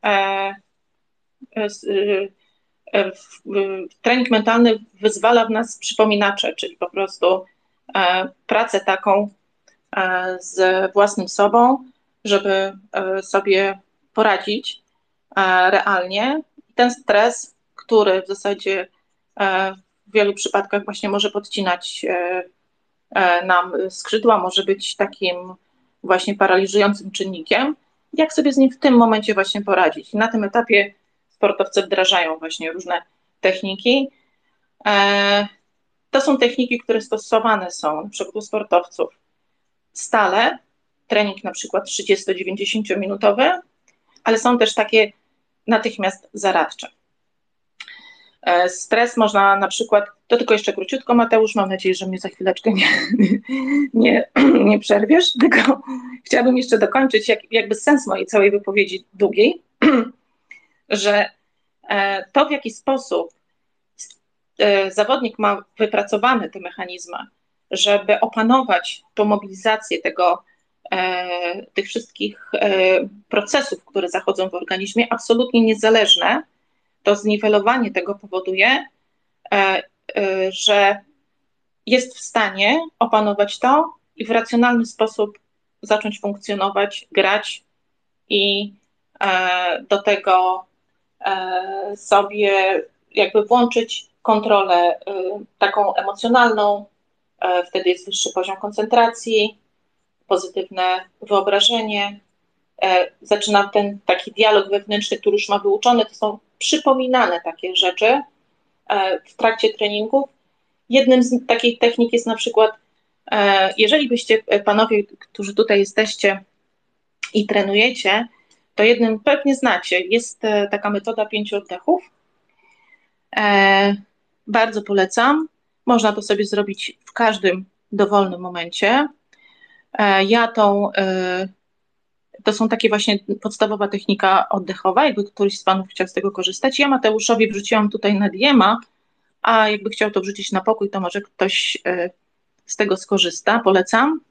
trening mentalny wyzwala w nas przypominacze, czyli po prostu pracę taką z własnym sobą, żeby sobie poradzić realnie. Ten stres, który w zasadzie w wielu przypadkach właśnie może podcinać nam skrzydła, może być takim właśnie paraliżującym czynnikiem, jak sobie z nim w tym momencie właśnie poradzić. I na tym etapie sportowcy wdrażają właśnie różne techniki. To są techniki, które stosowane są na przykład u sportowców stale, trening na przykład 30-90 minutowy, ale są też takie natychmiast zaradcze. Stres można na przykład, to tylko jeszcze króciutko, Mateusz, mam nadzieję, że mnie za chwileczkę nie, nie przerwiesz, tylko chciałabym jeszcze dokończyć jakby sens mojej całej wypowiedzi długiej, że to, w jaki sposób zawodnik ma wypracowane te mechanizmy, żeby opanować tą mobilizację tych wszystkich procesów, które zachodzą w organizmie, absolutnie niezależne, to zniwelowanie tego powoduje, że jest w stanie opanować to i w racjonalny sposób zacząć funkcjonować, grać i do tego sobie jakby włączyć kontrolę taką emocjonalną, wtedy jest wyższy poziom koncentracji, pozytywne wyobrażenie, zaczyna ten taki dialog wewnętrzny, który już ma wyuczony, to są przypominane takie rzeczy w trakcie treningów. Jednym z takich technik jest na przykład, jeżeli byście panowie, którzy tutaj jesteście i trenujecie, to jednym pewnie znacie, jest taka metoda 5 oddechów. Bardzo polecam. Można to sobie zrobić w każdym dowolnym momencie. To są takie właśnie podstawowa technika oddechowa, jakby któryś z panów chciał z tego korzystać. Ja Mateuszowi wrzuciłam tutaj na DM-a, a jakby chciał to wrzucić na pokój, to może ktoś z tego skorzysta. Polecam.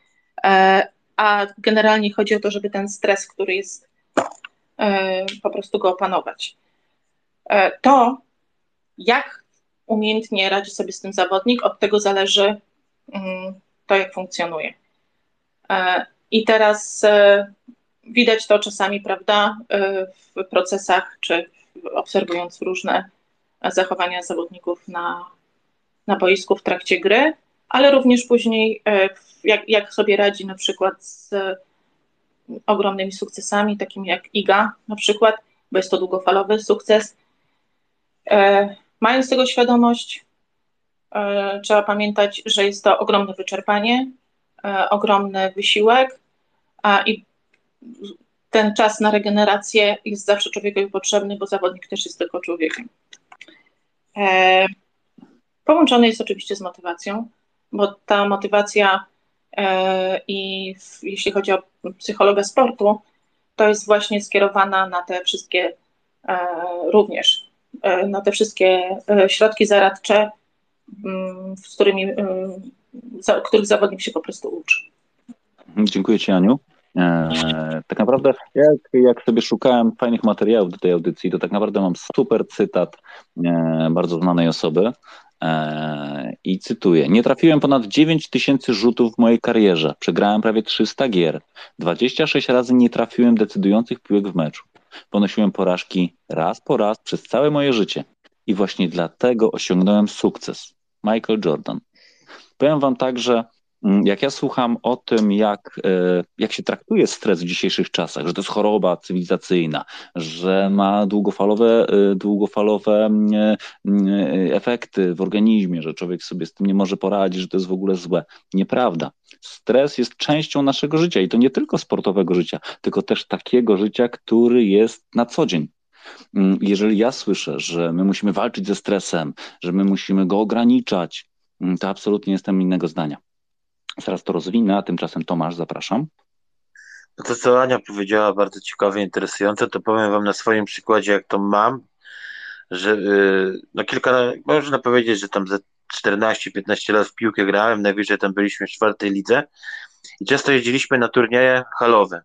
A generalnie chodzi o to, żeby ten stres, który jest, po prostu go opanować. To, jak umiejętnie radzi sobie z tym zawodnik, od tego zależy to, jak funkcjonuje. I teraz widać to czasami, prawda, w procesach, czy obserwując różne zachowania zawodników na boisku w trakcie gry, ale również później, jak sobie radzi na przykład z ogromnymi sukcesami, takimi jak Iga na przykład, bo jest to długofalowy sukces. Mając tego świadomość, trzeba pamiętać, że jest to ogromne wyczerpanie, ogromny wysiłek, i ten czas na regenerację jest zawsze człowiekowi potrzebny, bo zawodnik też jest tylko człowiekiem. Połączony jest oczywiście z motywacją, bo ta motywacja jeśli chodzi o psychologa sportu, to jest właśnie skierowana na te wszystkie również, na te wszystkie środki zaradcze, których zawodnik się po prostu uczy. Dziękuję Ci, Aniu. Tak naprawdę jak sobie szukałem fajnych materiałów do tej audycji, to tak naprawdę mam super cytat bardzo znanej osoby i cytuję: nie trafiłem ponad 9000 rzutów w mojej karierze, przegrałem prawie 300 gier, 26 razy nie trafiłem decydujących piłek w meczu, ponosiłem porażki raz po raz przez całe moje życie i właśnie dlatego osiągnąłem sukces. Michael Jordan. Powiem wam tak, że jak ja słucham o tym, jak się traktuje stres w dzisiejszych czasach, że to jest choroba cywilizacyjna, że ma długofalowe efekty w organizmie, że człowiek sobie z tym nie może poradzić, że to jest w ogóle złe. Nieprawda. Stres jest częścią naszego życia i to nie tylko sportowego życia, tylko też takiego życia, który jest na co dzień. Jeżeli ja słyszę, że my musimy walczyć ze stresem, że my musimy go ograniczać, to absolutnie jestem innego zdania. Zaraz to rozwinę, a tymczasem Tomasz, zapraszam. No to, co Ania powiedziała, bardzo ciekawe, interesujące, to powiem wam na swoim przykładzie, jak to mam, że można powiedzieć, że tam za 14-15 lat w piłkę grałem, najwyżej tam byliśmy w 4. lidze i często jeździliśmy na turnieje halowe.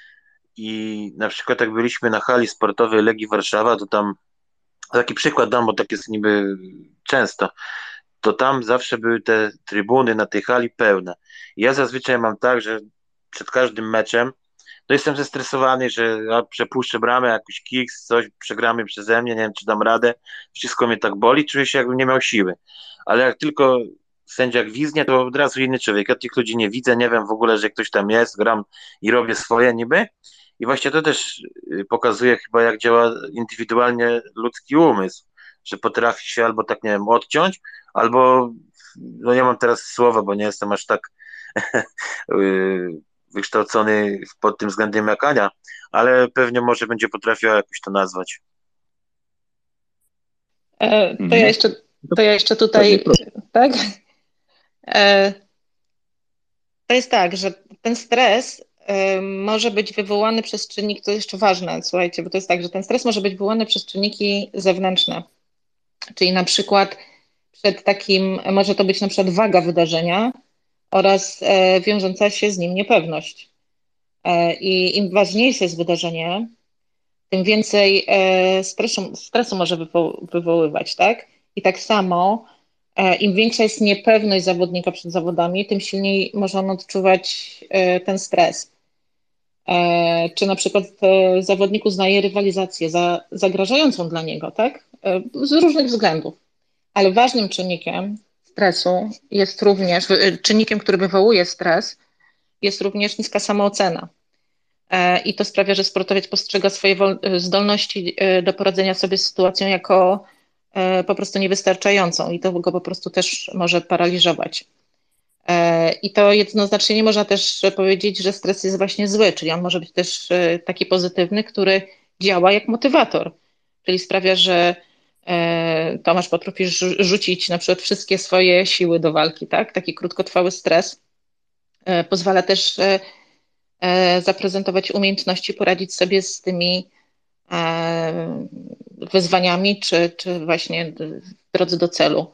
I na przykład jak byliśmy na hali sportowej Legii Warszawa, to tam, taki przykład dam, bo tak jest niby często, to tam zawsze były te trybuny na tej hali pełne. I ja zazwyczaj mam tak, że przed każdym meczem to jestem zestresowany, że ja przepuszczę bramę, jakiś kiks, coś przegramy przeze mnie, nie wiem, czy dam radę, wszystko mnie tak boli, czuję się, jakbym nie miał siły. Ale jak tylko sędzia gwizdnie, to od razu inny człowiek. Ja tych ludzi nie widzę, nie wiem w ogóle, że ktoś tam jest, gram i robię swoje niby. I właśnie to też pokazuje chyba, jak działa indywidualnie ludzki umysł, że potrafi się albo tak, nie wiem, odciąć, albo, no nie mam teraz słowa, bo nie jestem aż tak wykształcony pod tym względem jak Ania, ale pewnie może będzie potrafiła jakoś to nazwać. To ja jeszcze tutaj, tak? To jest tak, że ten stres może być wywołany przez czynniki, to jeszcze ważne, słuchajcie, bo to jest tak, że ten stres może być wywołany przez czynniki zewnętrzne, czyli na przykład przed takim, może to być na przykład waga wydarzenia oraz wiążąca się z nim niepewność. I im ważniejsze jest wydarzenie, tym więcej stresu może wywoływać, tak? I tak samo im większa jest niepewność zawodnika przed zawodami, tym silniej może on odczuwać ten stres. Czy na przykład zawodnik uznaje rywalizację za zagrażającą dla niego, tak? Z różnych względów. Ale ważnym czynnikiem stresu jest również, czynnikiem, który wywołuje stres, jest również niska samoocena. I to sprawia, że sportowiec postrzega swoje zdolności do poradzenia sobie z sytuacją jako po prostu niewystarczającą i to go po prostu też może paraliżować. I to jednoznacznie nie można też powiedzieć, że stres jest właśnie zły, czyli on może być też taki pozytywny, który działa jak motywator, czyli sprawia, że Tomasz potrafi rzucić na przykład wszystkie swoje siły do walki, tak? Taki krótkotrwały stres pozwala też zaprezentować umiejętności, poradzić sobie z tymi wyzwaniami, czy właśnie w drodze do celu.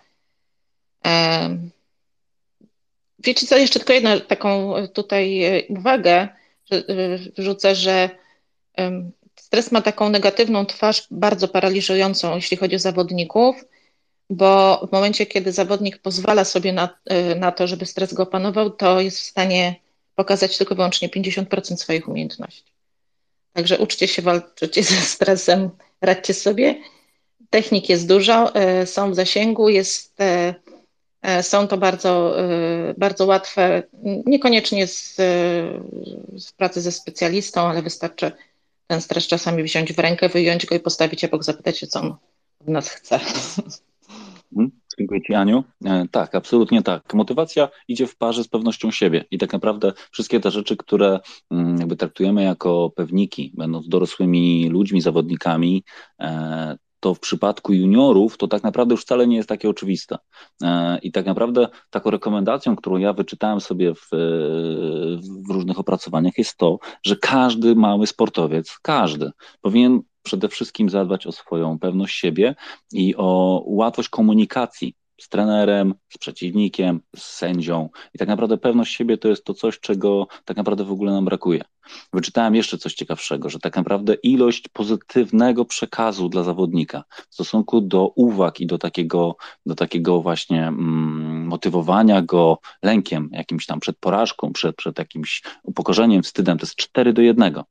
Wiecie co, jeszcze tylko jedną taką tutaj uwagę wrzucę, że stres ma taką negatywną twarz, bardzo paraliżującą, jeśli chodzi o zawodników, bo w momencie, kiedy zawodnik pozwala sobie na to, żeby stres go opanował, to jest w stanie pokazać tylko i wyłącznie 50% swoich umiejętności. Także uczcie się walczyć ze stresem, radźcie sobie. Technik jest dużo, są w zasięgu, są to bardzo, bardzo łatwe, niekoniecznie z pracy ze specjalistą, ale wystarczy ten stres czasami wziąć w rękę, wyjąć go i postawić obok, zapytać się, co on od nas chce. Dziękuję Ci, Aniu. Tak, absolutnie tak. Motywacja idzie w parze z pewnością siebie i tak naprawdę wszystkie te rzeczy, które jakby traktujemy jako pewniki, będąc dorosłymi ludźmi, zawodnikami, to w przypadku juniorów to tak naprawdę już wcale nie jest takie oczywiste. I tak naprawdę taką rekomendacją, którą ja wyczytałem sobie w różnych opracowaniach jest to, że każdy mały sportowiec, każdy powinien przede wszystkim zadbać o swoją pewność siebie i o łatwość komunikacji z trenerem, z przeciwnikiem, z sędzią. I tak naprawdę pewność siebie to jest to coś, czego tak naprawdę w ogóle nam brakuje. Wyczytałem jeszcze coś ciekawszego, że tak naprawdę ilość pozytywnego przekazu dla zawodnika w stosunku do uwag i do takiego właśnie motywowania go lękiem jakimś tam przed porażką, przed jakimś upokorzeniem, wstydem, to jest 4:1.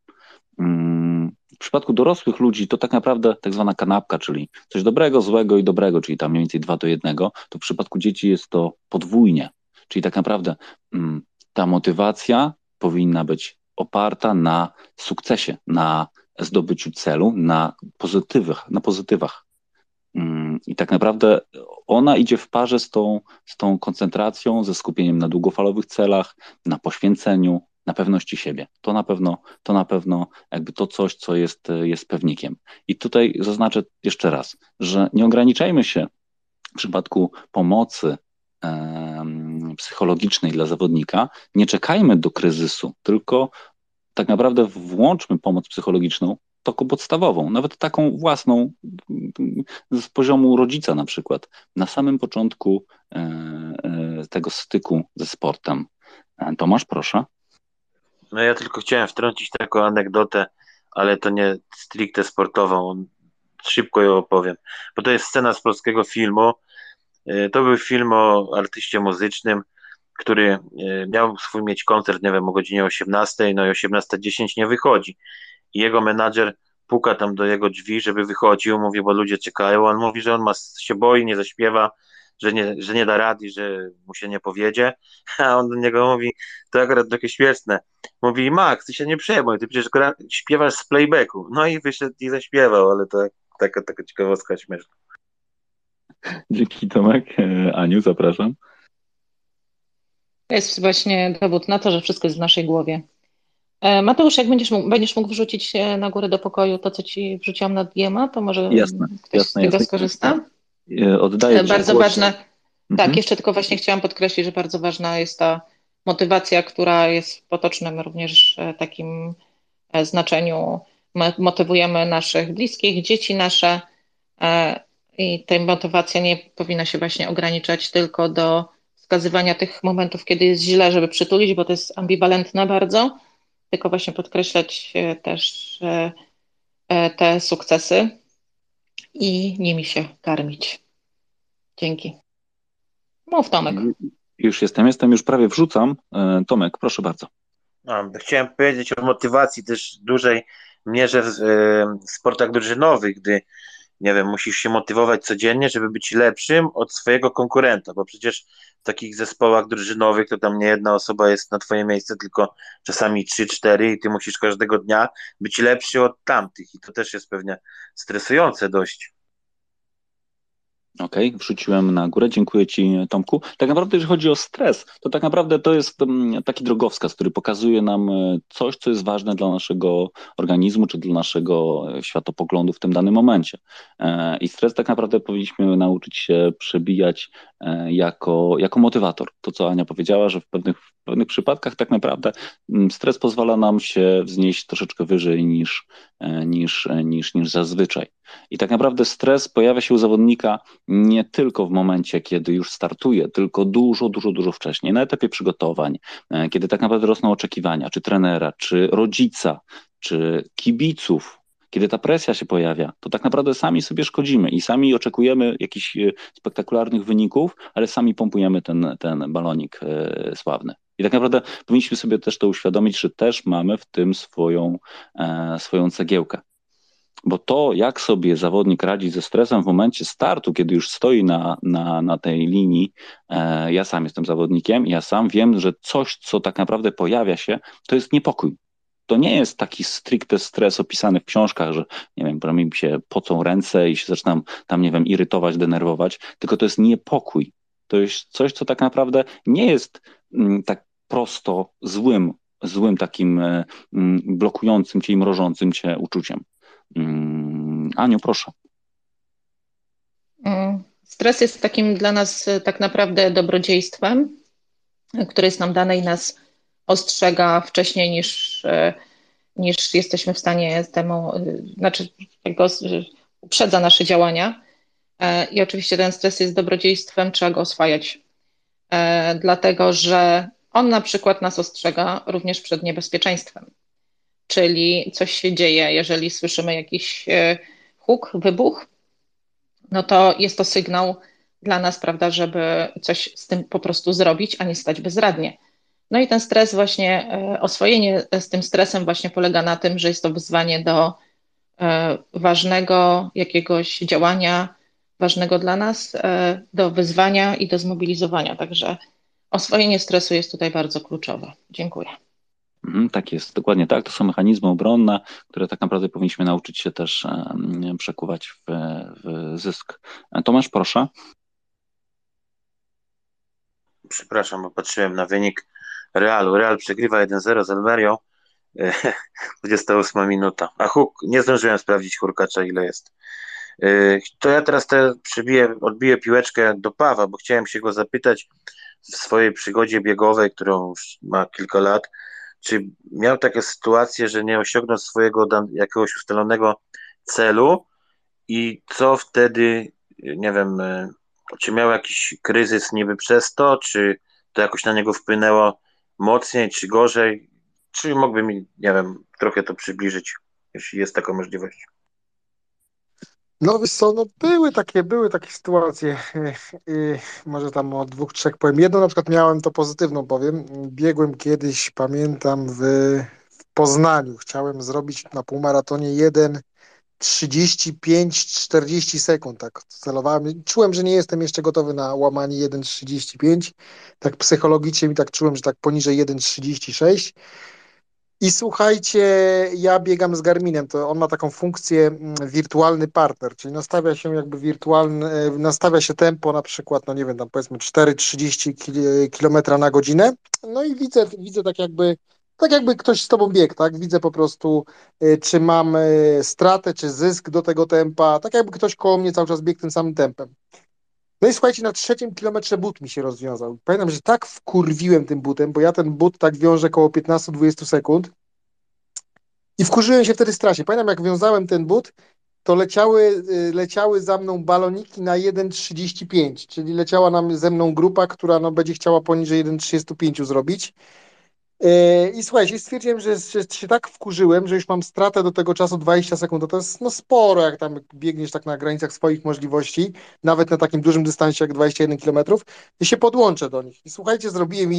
W przypadku dorosłych ludzi to tak naprawdę tak zwana kanapka, czyli coś dobrego, złego i dobrego, czyli tam mniej więcej 2:1, to w przypadku dzieci jest to podwójnie. Czyli tak naprawdę ta motywacja powinna być oparta na sukcesie, na zdobyciu celu, na pozytywach. I tak naprawdę ona idzie w parze z tą koncentracją, ze skupieniem na długofalowych celach, na poświęceniu, na pewności siebie. To na pewno jakby to coś, co jest pewnikiem. I tutaj zaznaczę jeszcze raz, że nie ograniczajmy się w przypadku pomocy psychologicznej dla zawodnika, nie czekajmy do kryzysu, tylko tak naprawdę włączmy pomoc psychologiczną, taką podstawową, nawet taką własną, z poziomu rodzica na przykład, na samym początku tego styku ze sportem. Tomasz, proszę. No ja tylko chciałem wtrącić taką anegdotę, ale to nie stricte sportową, szybko ją opowiem, bo to jest scena z polskiego filmu. To był film o artyście muzycznym, który miał mieć koncert, nie wiem, o godzinie 18, no i 18:10 nie wychodzi. I jego menadżer puka tam do jego drzwi, żeby wychodził, mówi, bo ludzie czekają, on mówi, że on się boi, nie zaśpiewa, że nie da rady, że mu się nie powiedzie, a on do niego mówi, to akurat takie śmieszne, mówi, Max, ty się nie przejmuj, ty przecież śpiewasz z playbacku, no i wyszedł i zaśpiewał, ale to taka ciekawostka śmieszna. Dzięki, Tomek. Aniu, zapraszam. To jest właśnie dowód na to, że wszystko jest w naszej głowie. Mateusz, jak będziesz mógł wrzucić na górę do pokoju to, co ci wrzuciłam na DM-a, to może ktoś z tego skorzysta? Oddaję Ci Bardzo głos. ważne. Mhm. Tak, jeszcze tylko właśnie chciałam podkreślić, że bardzo ważna jest ta motywacja, która jest w potocznym również takim znaczeniu. Motywujemy naszych bliskich, dzieci nasze i ta motywacja nie powinna się właśnie ograniczać tylko do wskazywania tych momentów, kiedy jest źle, żeby przytulić, bo to jest ambiwalentne bardzo, tylko właśnie podkreślać też te sukcesy i nimi się karmić. Dzięki. Mów, Tomek. Już jestem już prawie wrzucam. Tomek, proszę bardzo. Chciałem powiedzieć o motywacji też w dużej mierze w sportach drużynowych, gdy, nie wiem, musisz się motywować codziennie, żeby być lepszym od swojego konkurenta, bo przecież w takich zespołach drużynowych to tam nie jedna osoba jest na twoje miejsce, tylko czasami 3-4 i ty musisz każdego dnia być lepszy od tamtych i to też jest pewnie stresujące dość. Okej, wrzuciłem na górę. Dziękuję Ci, Tomku. Tak naprawdę, jeżeli chodzi o stres, to tak naprawdę to jest taki drogowskaz, który pokazuje nam coś, co jest ważne dla naszego organizmu, czy dla naszego światopoglądu w tym danym momencie. I stres tak naprawdę powinniśmy nauczyć się przebijać jako motywator. To, co Ania powiedziała, że w pewnych przypadkach tak naprawdę stres pozwala nam się wznieść troszeczkę wyżej niż zazwyczaj. I tak naprawdę stres pojawia się u zawodnika nie tylko w momencie, kiedy już startuje, tylko dużo wcześniej, na etapie przygotowań, kiedy tak naprawdę rosną oczekiwania, czy trenera, czy rodzica, czy kibiców. Kiedy ta presja się pojawia, to tak naprawdę sami sobie szkodzimy i sami oczekujemy jakichś spektakularnych wyników, ale sami pompujemy ten balonik sławny. I tak naprawdę powinniśmy sobie też to uświadomić, że też mamy w tym swoją cegiełkę. Bo to, jak sobie zawodnik radzi ze stresem w momencie startu, kiedy już stoi na tej linii, ja sam jestem zawodnikiem, ja sam wiem, że coś, co tak naprawdę pojawia się, to jest niepokój. To nie jest taki stricte stres opisany w książkach, że nie wiem, mi się pocą ręce i się zaczynam tam, nie wiem, irytować, denerwować, tylko to jest niepokój. To jest coś, co tak naprawdę nie jest tak prosto złym takim blokującym cię i mrożącym cię uczuciem. Aniu, proszę. Stres jest takim dla nas tak naprawdę dobrodziejstwem, które jest nam dane i nas ostrzega wcześniej niż jesteśmy w stanie temu, znaczy uprzedza nasze działania. I oczywiście ten stres jest dobrodziejstwem, trzeba go oswajać, dlatego że on na przykład nas ostrzega również przed niebezpieczeństwem. Czyli coś się dzieje, jeżeli słyszymy jakiś huk, wybuch, no to jest to sygnał dla nas, prawda, żeby coś z tym po prostu zrobić, a nie stać bezradnie. No i ten stres właśnie, oswojenie z tym stresem właśnie polega na tym, że jest to wyzwanie do ważnego jakiegoś działania, ważnego dla nas, do wyzwania i do zmobilizowania. Także oswojenie stresu jest tutaj bardzo kluczowe. Dziękuję. Tak jest, dokładnie tak. To są mechanizmy obronne, które tak naprawdę powinniśmy nauczyć się też przekuwać w zysk. Tomasz, proszę. Przepraszam, bo patrzyłem na wynik Realu. Real przegrywa 1-0 z Almerią. 28 minuta. A huk, nie zdążyłem sprawdzić hurkacza, ile jest. To ja teraz odbiję piłeczkę do Pawła, bo chciałem się go zapytać w swojej przygodzie biegowej, którą już ma kilka lat, czy miał takie sytuacje, że nie osiągnął swojego jakiegoś ustalonego celu i co wtedy, nie wiem, czy miał jakiś kryzys niby przez to, czy to jakoś na niego wpłynęło mocniej, czy gorzej, czy mógłby mi, nie wiem, trochę to przybliżyć, jeśli jest taka możliwość. No wiesz co, no były takie sytuacje, może tam o 2, 3 powiem. Jedną na przykład miałem, to pozytywną powiem, biegłem kiedyś, pamiętam, w Poznaniu, chciałem zrobić na półmaratonie 1:35-40 sekund, tak celowałem, czułem, że nie jestem jeszcze gotowy na łamanie 1:35, tak psychologicznie mi tak czułem, że tak poniżej 1:36. I słuchajcie, ja biegam z Garminem, to on ma taką funkcję wirtualny partner, czyli nastawia się jakby nastawia się tempo na przykład, no nie wiem, tam powiedzmy 4:30 km na godzinę, no i widzę tak jakby tak jakby ktoś z tobą biegł, tak? Widzę po prostu, czy mam stratę, czy zysk do tego tempa, tak jakby ktoś koło mnie cały czas biegł tym samym tempem. No i słuchajcie, na 3. kilometrze but mi się rozwiązał. Pamiętam, że tak wkurwiłem tym butem, bo ja ten but tak wiążę koło 15-20 sekund i wkurzyłem się wtedy strasznie. Pamiętam, jak wiązałem ten but, to leciały za mną baloniki na 1,35, czyli leciała ze mną grupa, która no, będzie chciała poniżej 1,35 zrobić. I słuchajcie, stwierdziłem, że się tak wkurzyłem, że już mam stratę do tego czasu 20 sekund. To jest no, sporo, jak tam biegniesz tak na granicach swoich możliwości, nawet na takim dużym dystansie jak 21 km, i się podłączę do nich. I słuchajcie, zrobiłem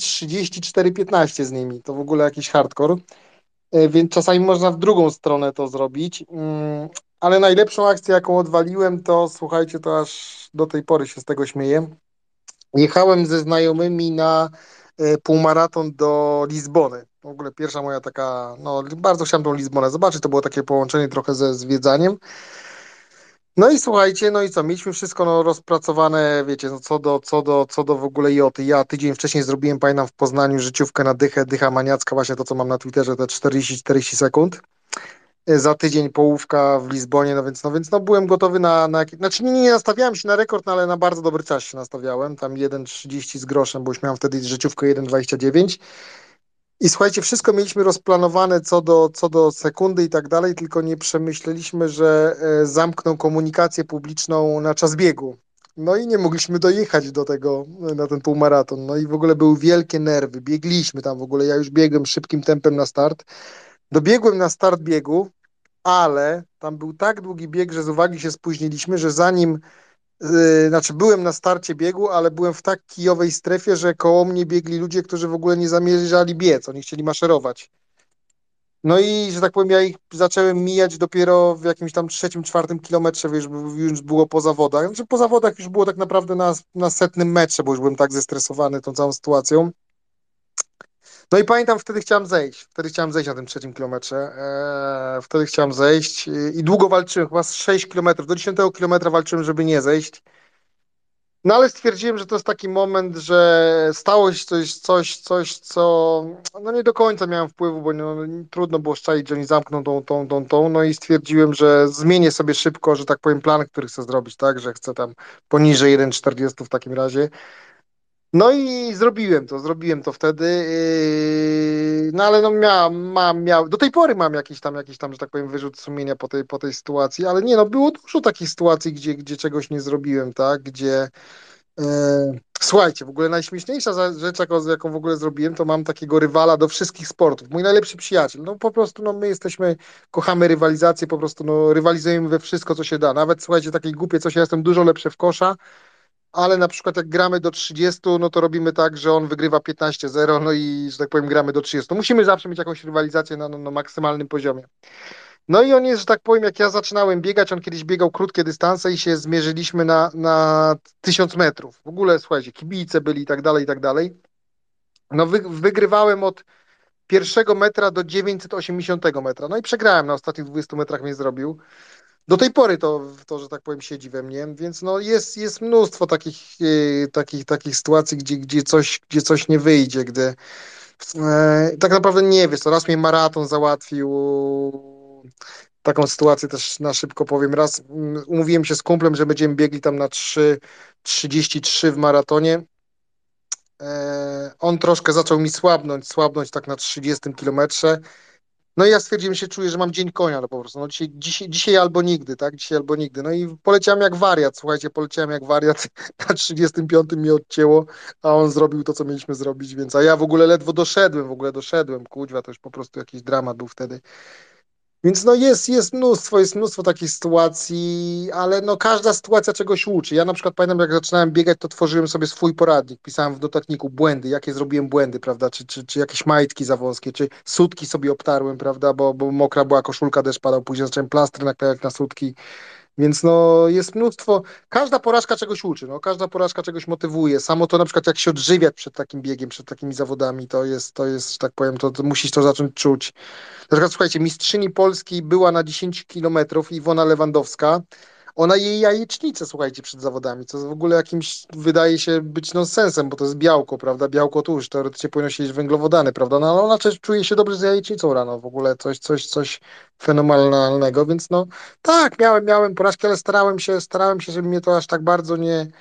1,34,15 z nimi. To w ogóle jakiś hardcore. Więc czasami można w drugą stronę to zrobić. Ale najlepszą akcję, jaką odwaliłem, to słuchajcie, to aż do tej pory się z tego śmieję. Jechałem ze znajomymi na półmaraton do Lizbony. W ogóle pierwsza moja taka, no bardzo chciałem tą Lizbonę zobaczyć, to było takie połączenie trochę ze zwiedzaniem. No i słuchajcie, no i co, mieliśmy wszystko no, rozpracowane, wiecie, no, co do w ogóle joty. Ja tydzień wcześniej zrobiłem, pamiętam, w Poznaniu życiówkę na dycha maniacka, właśnie to, co mam na Twitterze, te 40 sekund. Za tydzień połówka w Lizbonie, no więc byłem gotowy znaczy nie nastawiałem się na rekord, no, ale na bardzo dobry czas się nastawiałem, tam 1,30 z groszem, bo już miałem wtedy życiówkę 1,29 i słuchajcie, wszystko mieliśmy rozplanowane co do sekundy i tak dalej, tylko nie przemyśleliśmy, że zamkną komunikację publiczną na czas biegu. No i nie mogliśmy dojechać do tego, na ten półmaraton, no i w ogóle były wielkie nerwy, biegliśmy tam w ogóle, ja już biegłem szybkim tempem na start, dobiegłem na start biegu, ale tam był tak długi bieg, że z uwagi się spóźniliśmy, że znaczy byłem na starcie biegu, ale byłem w tak kijowej strefie, że koło mnie biegli ludzie, którzy w ogóle nie zamierzali biec, oni chcieli maszerować. No i, że tak powiem, ja ich zacząłem mijać dopiero w jakimś tam 3-4 kilometrze, wiesz, już było po zawodach. Znaczy po zawodach już było tak naprawdę na 100 metrze, bo już byłem tak zestresowany tą całą sytuacją. No i pamiętam, wtedy chciałem zejść na tym 3. kilometrze, wtedy chciałem zejść i długo walczyłem, chyba z 6 kilometrów, do 10 kilometra walczyłem, żeby nie zejść, no ale stwierdziłem, że to jest taki moment, że stało się coś, co no nie do końca miałem wpływu, bo no, trudno było szczaić, że oni zamkną tą, no i stwierdziłem, że zmienię sobie szybko, że tak powiem, plan, który chcę zrobić, tak, że chcę tam poniżej 1,40 w takim razie. No i zrobiłem to wtedy, no ale no do tej pory mam jakiś tam, że tak powiem, wyrzut sumienia po tej sytuacji, ale nie, no było dużo takich sytuacji, gdzie czegoś nie zrobiłem, tak, słuchajcie, w ogóle najśmieszniejsza rzecz, jaką w ogóle zrobiłem, to mam takiego rywala do wszystkich sportów, mój najlepszy przyjaciel, no po prostu, no my kochamy rywalizację, po prostu, no rywalizujemy we wszystko, co się da, nawet, słuchajcie, takie głupie coś, ja jestem dużo lepszy w kosza, ale na przykład jak gramy do 30, no to robimy tak, że on wygrywa 15-0, no i, że tak powiem, gramy do 30. Musimy zawsze mieć jakąś rywalizację na maksymalnym poziomie. No i on jest, że tak powiem, jak ja zaczynałem biegać, on kiedyś biegał krótkie dystanse i się zmierzyliśmy na 1000 metrów. W ogóle, słuchajcie, kibice byli i tak dalej, i tak dalej. No wygrywałem od 1 metra do 980 metra. No i przegrałem na ostatnich 20 metrach, mnie zrobił. Do tej pory to, że tak powiem, siedzi we mnie, więc no jest mnóstwo takich sytuacji, gdzie coś nie wyjdzie, tak naprawdę nie wiesz, to raz mnie maraton załatwił, taką sytuację też na szybko powiem, raz umówiłem się z kumplem, że będziemy biegli tam na 3:33 w maratonie, on troszkę zaczął mi słabnąć tak na 30 kilometrze. No i ja stwierdziłem, że się czuję, że mam dzień konia, no po prostu. No dzisiaj albo nigdy, tak? Dzisiaj albo nigdy. No i poleciałem jak wariat, słuchajcie, poleciałem jak wariat. Na 35 mnie odcięło, a on zrobił to, co mieliśmy zrobić, więc. A ja w ogóle ledwo doszedłem, kuźwa, to już po prostu jakiś dramat był wtedy. Więc no jest mnóstwo takich sytuacji, ale no każda sytuacja czegoś uczy. Ja na przykład pamiętam, jak zaczynałem biegać, to tworzyłem sobie swój poradnik, pisałem w notatniku błędy, jakie zrobiłem błędy, prawda, czy jakieś majtki za wąskie, czy sutki sobie obtarłem, prawda, bo mokra była koszulka, deszcz padał, później zacząłem plastry naklejać na sutki, więc no jest mnóstwo, każda porażka czegoś uczy, no każda porażka czegoś motywuje, samo to na przykład jak się odżywiać przed takim biegiem, przed takimi zawodami, to jest, że tak powiem, to musisz to zacząć czuć. Na przykład, słuchajcie, mistrzyni Polski była na 10 kilometrów Iwona Lewandowska. Ona je jajecznicę, słuchajcie, przed zawodami, co w ogóle jakimś wydaje się być nonsensem, bo to jest białko, prawda? Białko tu już teoretycznie powinno się jeść węglowodany, prawda? No ale ona też czuje się dobrze z jajecznicą rano, w ogóle coś fenomenalnego, więc no tak, miałem porażki, ale starałem się, żeby mnie to aż tak bardzo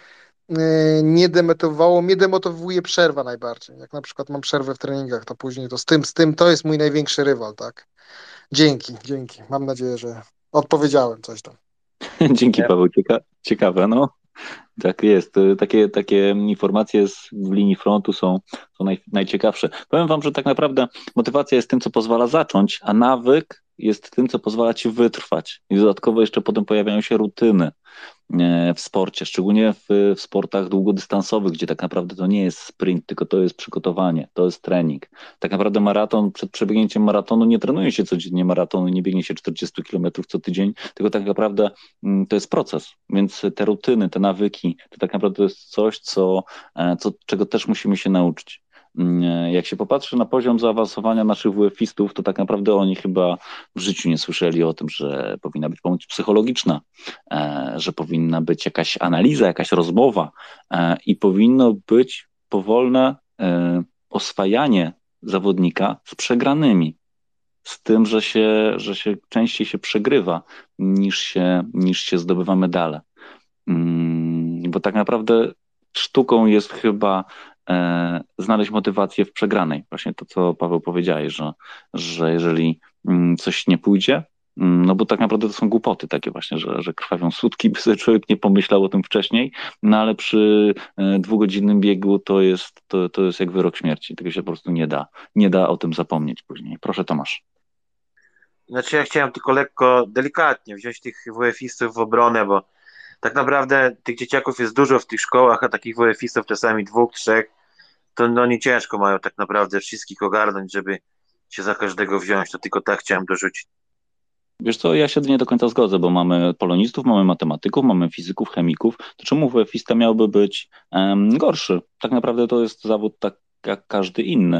nie demotywowało. Mnie demotywuje przerwa najbardziej. Jak na przykład mam przerwę w treningach, to później to z tym to jest mój największy rywal, tak? Dzięki. Mam nadzieję, że odpowiedziałem coś tam. Dzięki, Paweł, ciekawe, no. Tak jest. Takie informacje w linii frontu są najciekawsze. Powiem wam, że tak naprawdę motywacja jest tym, co pozwala zacząć, a nawyk jest tym, co pozwala ci wytrwać. I dodatkowo jeszcze potem pojawiają się rutyny w sporcie, szczególnie w sportach długodystansowych, gdzie tak naprawdę to nie jest sprint, tylko to jest przygotowanie, to jest trening. Tak naprawdę maraton, przed przebiegnięciem maratonu nie trenuje się codziennie maratonu, nie biegnie się 40 kilometrów co tydzień, tylko tak naprawdę to jest proces, więc te rutyny, te nawyki, to tak naprawdę jest coś, czego też musimy się nauczyć. Jak się popatrzy na poziom zaawansowania naszych WF-istów, to tak naprawdę oni chyba w życiu nie słyszeli o tym, że powinna być pomoc psychologiczna, że powinna być jakaś analiza, jakaś rozmowa i powinno być powolne oswajanie zawodnika z przegranymi, z tym, że się częściej się przegrywa niż się zdobywa medale. Bo tak naprawdę sztuką jest chyba znaleźć motywację w przegranej. Właśnie to, co Paweł powiedziałeś, że jeżeli coś nie pójdzie, no bo tak naprawdę to są głupoty takie właśnie, że krwawią sutki, by sobie człowiek nie pomyślał o tym wcześniej, no ale przy dwugodzinnym biegu to jest jak wyrok śmierci. Tego się po prostu nie da o tym zapomnieć później. Proszę, Tomasz. Znaczy ja chciałem tylko lekko, delikatnie wziąć tych WF-istów w obronę, bo tak naprawdę tych dzieciaków jest dużo w tych szkołach, a takich WF-istów czasami 2, 3, to no nie ciężko mają tak naprawdę wszystkich ogarnąć, żeby się za każdego wziąć. To tylko tak chciałem dorzucić. Wiesz co, ja się nie do końca zgodzę, bo mamy polonistów, mamy matematyków, mamy fizyków, chemików. To czemu WF-ista miałby być gorszy? Tak naprawdę to jest zawód tak jak każdy inny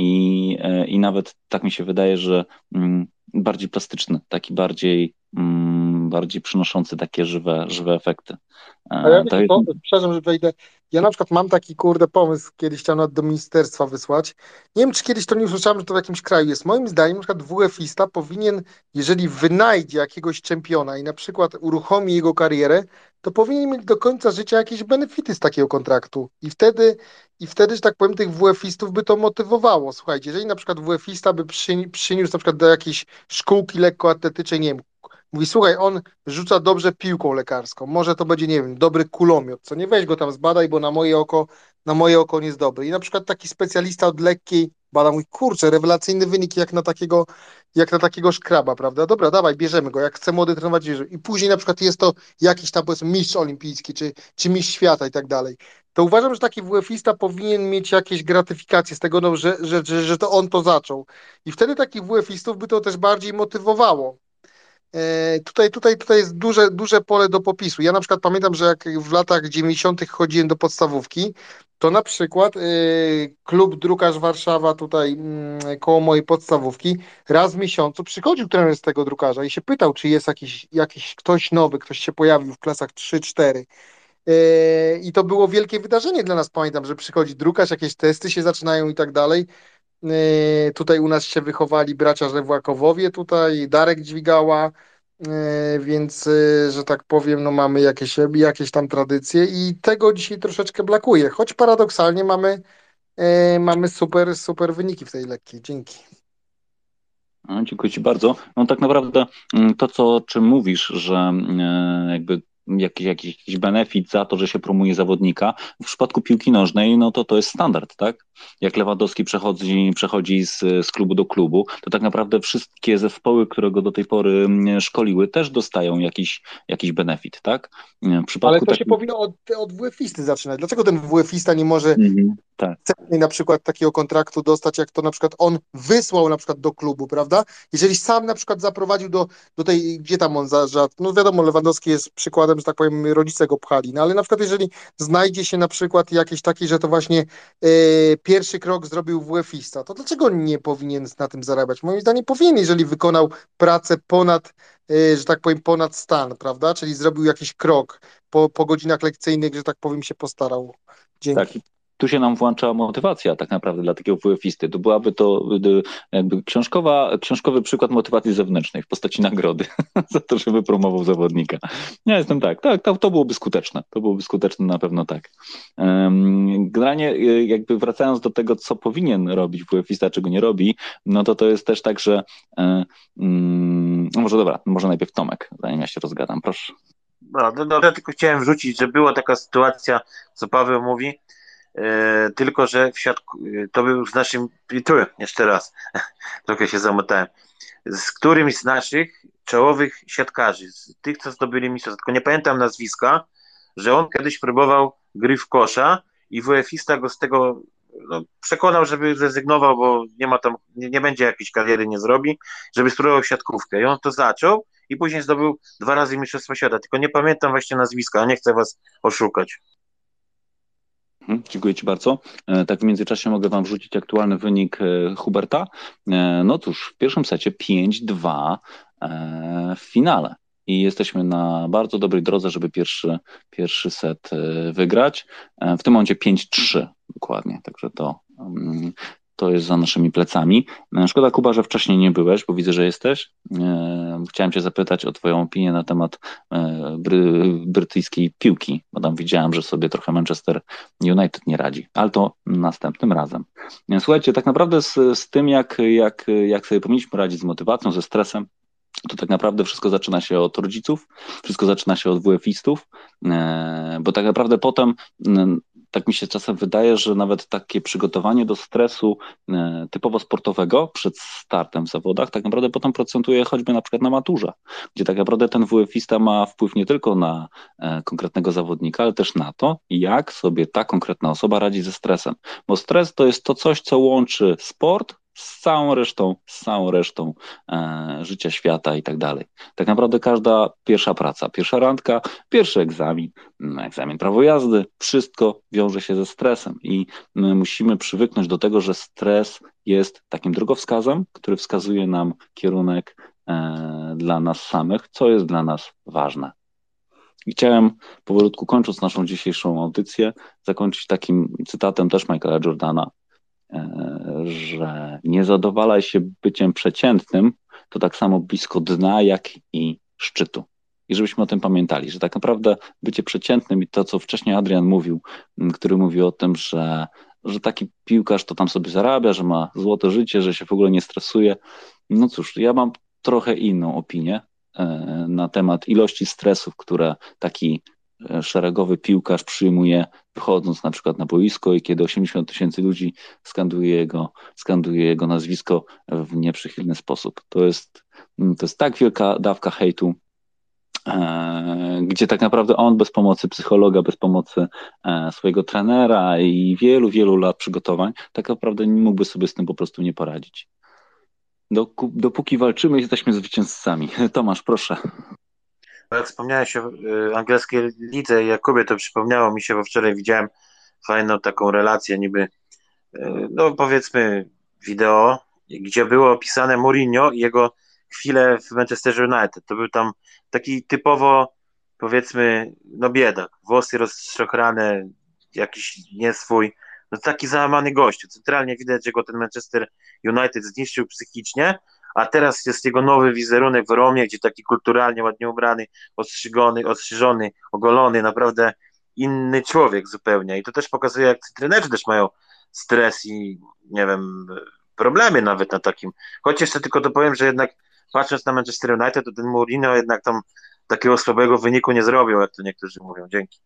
i nawet tak mi się wydaje, że bardziej plastyczny, taki bardziej przynoszący takie żywe efekty. A ja przepraszam, że wejdę. Ja na przykład mam taki pomysł, kiedyś chciałem nawet do ministerstwa wysłać. Nie wiem, czy kiedyś to nie usłyszałem, że to w jakimś kraju jest. Moim zdaniem na przykład WF-ista powinien, jeżeli wynajdzie jakiegoś czempiona i na przykład uruchomi jego karierę, to powinien mieć do końca życia jakieś benefity z takiego kontraktu. I wtedy, że tak powiem, tych WF-istów by to motywowało. Słuchajcie, jeżeli na przykład WF-ista by przyniósł na przykład do jakiejś szkółki lekkoatletycznej, nie wiem, mówi, słuchaj, on rzuca dobrze piłką lekarską, może to będzie, nie wiem, dobry kulomiot, co nie, weź go tam zbadaj, bo na moje oko on jest dobry. I na przykład taki specjalista od lekkiej bada, mówi, kurczę, rewelacyjny wynik jak na takiego szkraba, prawda? Dobra, dawaj, bierzemy go, jak chce młody trenować, bierzemy. I później na przykład jest to jakiś tam, powiedzmy, mistrz olimpijski, czy mistrz świata i tak dalej. To uważam, że taki WF-ista powinien mieć jakieś gratyfikacje z tego, no, że to on to zaczął. I wtedy takich WF-istów by to też bardziej motywowało. Tutaj jest duże pole do popisu. Ja na przykład pamiętam, że jak w latach 90. chodziłem do podstawówki, to na przykład klub Drukarz Warszawa tutaj koło mojej podstawówki raz w miesiącu przychodził trener z tego drukarza i się pytał, czy jest jakiś ktoś nowy, ktoś się pojawił w klasach 3-4. I to było wielkie wydarzenie dla nas, pamiętam, że przychodzi drukarz, jakieś testy się zaczynają i tak dalej. Tutaj u nas się wychowali bracia Żewłakowowie, tutaj Darek Dźwigała, więc, że tak powiem, no mamy jakieś tam tradycje i tego dzisiaj troszeczkę brakuje, choć paradoksalnie mamy super wyniki w tej lekkiej. Dzięki. No, dziękuję Ci bardzo. No tak naprawdę to, o czym mówisz, że jakby jakiś benefit za to, że się promuje zawodnika. W przypadku piłki nożnej, no to jest standard, tak? Jak Lewandowski przechodzi z klubu do klubu, to tak naprawdę wszystkie zespoły, które go do tej pory szkoliły, też dostają jakiś benefit, tak? Ale to się powinno od WF-isty zaczynać. Dlaczego ten WF-ista nie może tak. na przykład takiego kontraktu dostać, jak to na przykład on wysłał na przykład do klubu, prawda? Jeżeli sam na przykład zaprowadził do tej, gdzie tam on no wiadomo, Lewandowski jest przykładem że tak powiem, rodzice go pchali. No ale na przykład jeżeli znajdzie się na przykład jakieś takie, że to właśnie pierwszy krok zrobił WF-ista, to dlaczego nie powinien na tym zarabiać? Moim zdaniem powinien, jeżeli wykonał pracę ponad, że tak powiem, ponad stan, prawda? Czyli zrobił jakiś krok po godzinach lekcyjnych, że tak powiem, się postarał. Dzięki. Tak, tu się nam włącza motywacja tak naprawdę dla takiego WF-isty. To byłaby to jakby książkowy przykład motywacji zewnętrznej w postaci nagrody za to, żeby promował zawodnika. Ja jestem tak, to byłoby skuteczne. To byłoby skuteczne na pewno tak. Generalnie jakby wracając do tego, co powinien robić WF-ista, czego nie robi, no to jest też tak, że może najpierw Tomek, zanim ja się rozgadam, proszę. No, ja tylko chciałem wrzucić, że była taka sytuacja, co Paweł mówi, tylko że to był z naszym, jeszcze raz, trochę się zamotałem, z którymś z naszych czołowych siatkarzy, z tych, co zdobyli mistrzostwo, tylko nie pamiętam nazwiska, że on kiedyś próbował gry w kosza i WF-ista go z tego przekonał, żeby zrezygnował, bo nie będzie jakiejś kariery, nie zrobi, żeby spróbował siatkówkę. I on to zaczął i później zdobył 2 razy mistrzostwo świata, tylko nie pamiętam właśnie nazwiska, a nie chcę was oszukać. Dziękuję Ci bardzo. Tak w międzyczasie mogę Wam wrzucić aktualny wynik Huberta. No cóż, w pierwszym secie 5-2 w finale. I jesteśmy na bardzo dobrej drodze, żeby pierwszy set wygrać. W tym momencie 5-3 dokładnie, także to jest za naszymi plecami. Szkoda, Kuba, że wcześniej nie byłeś, bo widzę, że jesteś. Chciałem Cię zapytać o Twoją opinię na temat brytyjskiej piłki, bo tam widziałem, że sobie trochę Manchester United nie radzi, ale to następnym razem. Słuchajcie, tak naprawdę z tym, jak sobie powinniśmy radzić z motywacją, ze stresem, to tak naprawdę wszystko zaczyna się od rodziców, wszystko zaczyna się od WF-istów, bo tak naprawdę potem tak mi się czasem wydaje, że nawet takie przygotowanie do stresu typowo sportowego przed startem w zawodach tak naprawdę potem procentuje choćby na przykład na maturze, gdzie tak naprawdę ten WF-ista ma wpływ nie tylko na konkretnego zawodnika, ale też na to, jak sobie ta konkretna osoba radzi ze stresem. Bo stres to jest to coś, co łączy sport z całą resztą życia, świata i tak dalej. Tak naprawdę każda pierwsza praca, pierwsza randka, pierwszy egzamin prawo jazdy, wszystko wiąże się ze stresem i my musimy przywyknąć do tego, że stres jest takim drogowskazem, który wskazuje nam kierunek dla nas samych, co jest dla nas ważne. I chciałem powolutku, kończąc naszą dzisiejszą audycję, zakończyć takim cytatem też Michaela Jordana, że nie zadowalaj się byciem przeciętnym, to tak samo blisko dna, jak i szczytu. I żebyśmy o tym pamiętali, że tak naprawdę bycie przeciętnym i to, co wcześniej Adrian mówił, który mówił o tym, że taki piłkarz to tam sobie zarabia, że ma złote życie, że się w ogóle nie stresuje. No cóż, ja mam trochę inną opinię na temat ilości stresów, które taki szeregowy piłkarz przyjmuje, wychodząc na przykład na boisko i kiedy 80 000 ludzi skanduje jego nazwisko w nieprzychylny sposób. To jest tak wielka dawka hejtu, gdzie tak naprawdę on bez pomocy psychologa, bez pomocy swojego trenera i wielu, wielu lat przygotowań, tak naprawdę nie mógłby sobie z tym po prostu nie poradzić. Dopóki walczymy, jesteśmy zwycięzcami. Tomasz, proszę. Jak wspomniałeś o angielskiej lidze, Jakubie, to przypomniało mi się, bo wczoraj widziałem fajną taką relację, niby, no powiedzmy wideo, gdzie było opisane Mourinho i jego chwilę w Manchester United. To był tam taki typowo, powiedzmy, no biedak, włosy rozszochrane, jakiś nieswój, no taki załamany gościu. Centralnie widać, że go ten Manchester United zniszczył psychicznie, a teraz jest jego nowy wizerunek w Romie, gdzie taki kulturalnie, ładnie ubrany, ostrzyżony, ogolony, naprawdę inny człowiek zupełnie. I to też pokazuje, jak trenerzy też mają stres i, nie wiem, problemy nawet na takim. Choć jeszcze tylko to powiem, że jednak patrząc na Manchester United, to ten Mourinho jednak tam takiego słabego wyniku nie zrobił, jak to niektórzy mówią. Dzięki.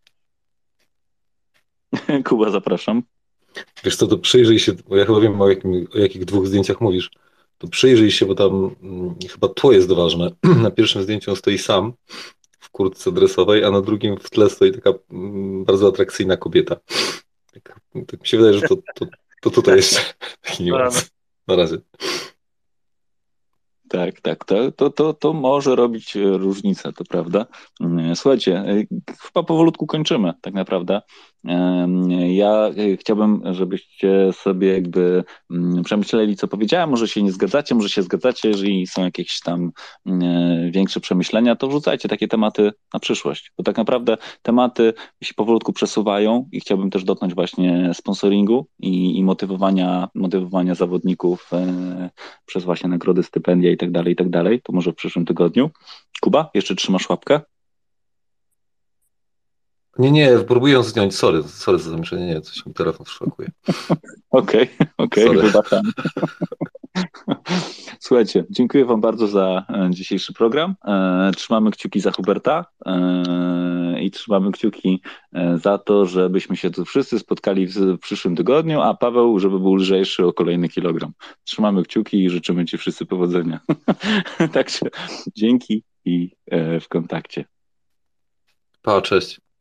Kuba, zapraszam. Wiesz co, to przyjrzyj się, bo ja chyba wiem, o jakich 2 zdjęciach mówisz. To przyjrzyj się, bo tam chyba to jest ważne. Na pierwszym zdjęciu on stoi sam w kurtce dresowej, a na drugim w tle stoi taka bardzo atrakcyjna kobieta. Tak mi się wydaje, że to tutaj jeszcze taki niuans. Na razie. Tak. To może robić różnicę, to prawda. Słuchajcie, chyba powolutku kończymy tak naprawdę. Ja chciałbym, żebyście sobie jakby przemyśleli, co powiedziałem. Może się nie zgadzacie, może się zgadzacie. Jeżeli są jakieś tam większe przemyślenia, to wrzucajcie takie tematy na przyszłość. Bo tak naprawdę tematy się powolutku przesuwają i chciałbym też dotknąć właśnie sponsoringu i motywowania zawodników przez właśnie nagrody, stypendia i tak dalej. To może w przyszłym tygodniu. Kuba, jeszcze trzymasz łapkę? Nie, próbuję ją zdjąć. Sorry za zamieszanie. Nie, coś mi telefon szokuje. Okej, wybaczam. Słuchajcie, dziękuję wam bardzo za dzisiejszy program. Trzymamy kciuki za Huberta i trzymamy kciuki za to, żebyśmy się tu wszyscy spotkali w przyszłym tygodniu, a Paweł, żeby był lżejszy o kolejny kilogram. Trzymamy kciuki i życzymy ci wszyscy powodzenia. Także dzięki i w kontakcie. Pa, cześć.